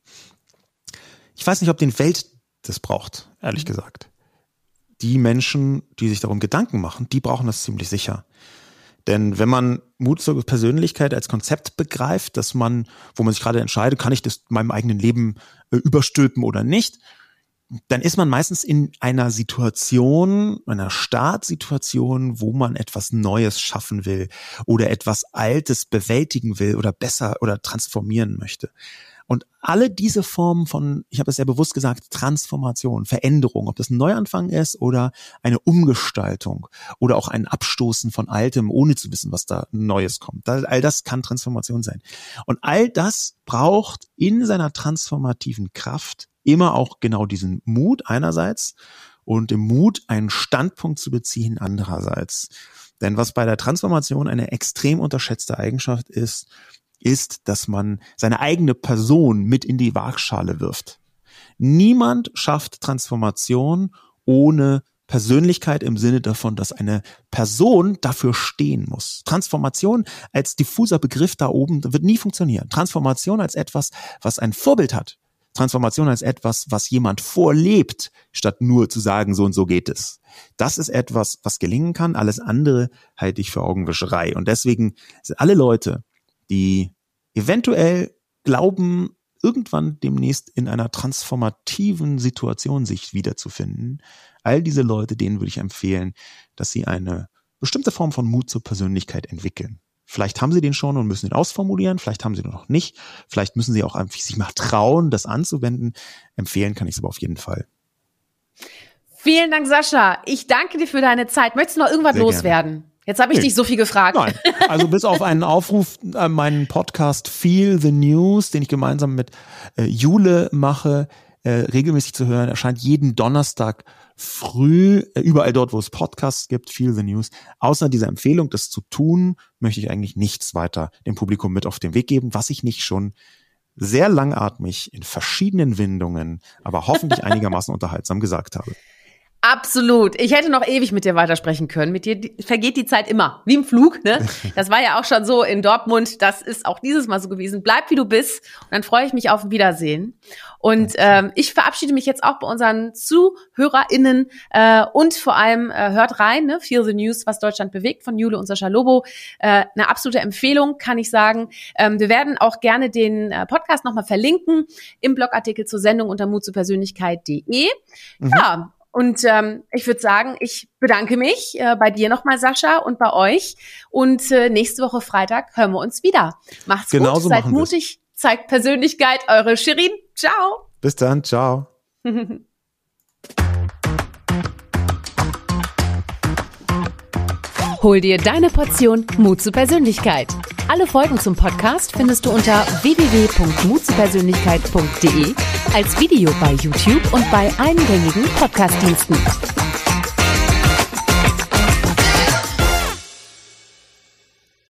Ich weiß nicht, ob die Welt das braucht, ehrlich gesagt. Die Menschen, die sich darum Gedanken machen, die brauchen das ziemlich sicher. Denn wenn man Mut zur Persönlichkeit als Konzept begreift, wo man sich gerade entscheidet, kann ich das meinem eigenen Leben überstülpen oder nicht, dann ist man meistens in einer Situation, einer Startsituation, wo man etwas Neues schaffen will oder etwas Altes bewältigen will oder besser oder transformieren möchte. Und alle diese Formen von, ich habe es sehr bewusst gesagt, Transformation, Veränderung, ob das ein Neuanfang ist oder eine Umgestaltung oder auch ein Abstoßen von Altem, ohne zu wissen, was da Neues kommt. All das kann Transformation sein. Und all das braucht in seiner transformativen Kraft immer auch genau diesen Mut einerseits und den Mut, einen Standpunkt zu beziehen andererseits. Denn was bei der Transformation eine extrem unterschätzte Eigenschaft ist, dass man seine eigene Person mit in die Waagschale wirft. Niemand schafft Transformation ohne Persönlichkeit im Sinne davon, dass eine Person dafür stehen muss. Transformation als diffuser Begriff da oben wird nie funktionieren. Transformation als etwas, was ein Vorbild hat. Transformation als etwas, was jemand vorlebt, statt nur zu sagen, so und so geht es. Das ist etwas, was gelingen kann. Alles andere halte ich für Augenwischerei. Und deswegen sind alle Leute, die eventuell glauben, irgendwann demnächst in einer transformativen Situation sich wiederzufinden, all diese Leute, denen würde ich empfehlen, dass sie eine bestimmte Form von Mut zur Persönlichkeit entwickeln. Vielleicht haben sie den schon und müssen ihn ausformulieren, vielleicht haben sie ihn noch nicht, vielleicht müssen sie auch einfach sich mal trauen, das anzuwenden. Empfehlen kann ich es aber auf jeden Fall. Vielen Dank, Sascha. Ich danke dir für deine Zeit. Möchtest du noch irgendwas Sehr loswerden? Gerne. Jetzt habe ich dich so viel gefragt. Nein, also bis auf einen Aufruf, meinen Podcast Feel the News, den ich gemeinsam mit Jule mache, regelmäßig zu hören, erscheint jeden Donnerstag früh, überall dort, wo es Podcasts gibt, Feel the News. Außer dieser Empfehlung, das zu tun, möchte ich eigentlich nichts weiter dem Publikum mit auf den Weg geben, was ich nicht schon sehr langatmig in verschiedenen Windungen, aber hoffentlich einigermaßen unterhaltsam gesagt habe. Absolut. Ich hätte noch ewig mit dir weitersprechen können. Mit dir vergeht die Zeit immer. Wie im Flug, ne? Das war ja auch schon so in Dortmund. Das ist auch dieses Mal so gewesen. Bleib, wie du bist. Und dann freue ich mich auf ein Wiedersehen. Und ich verabschiede mich jetzt auch bei unseren ZuhörerInnen und vor allem hört rein, ne? Feel the News, was Deutschland bewegt, von Jule und Sascha Lobo. Eine absolute Empfehlung, kann ich sagen. Wir werden auch gerne den Podcast nochmal verlinken im Blogartikel zur Sendung unter mutzupersönlichkeit.de. Ja, und ich würde sagen, ich bedanke mich bei dir nochmal, Sascha, und bei euch. Und nächste Woche Freitag hören wir uns wieder. Macht's gut, seid mutig, zeigt Persönlichkeit. Eure Shirin. Ciao. Bis dann, ciao. Hol dir deine Portion Mut zur Persönlichkeit. Alle Folgen zum Podcast findest du unter www.mutzupersönlichkeit.de, als Video bei YouTube und bei allen gängigen Podcast-Diensten.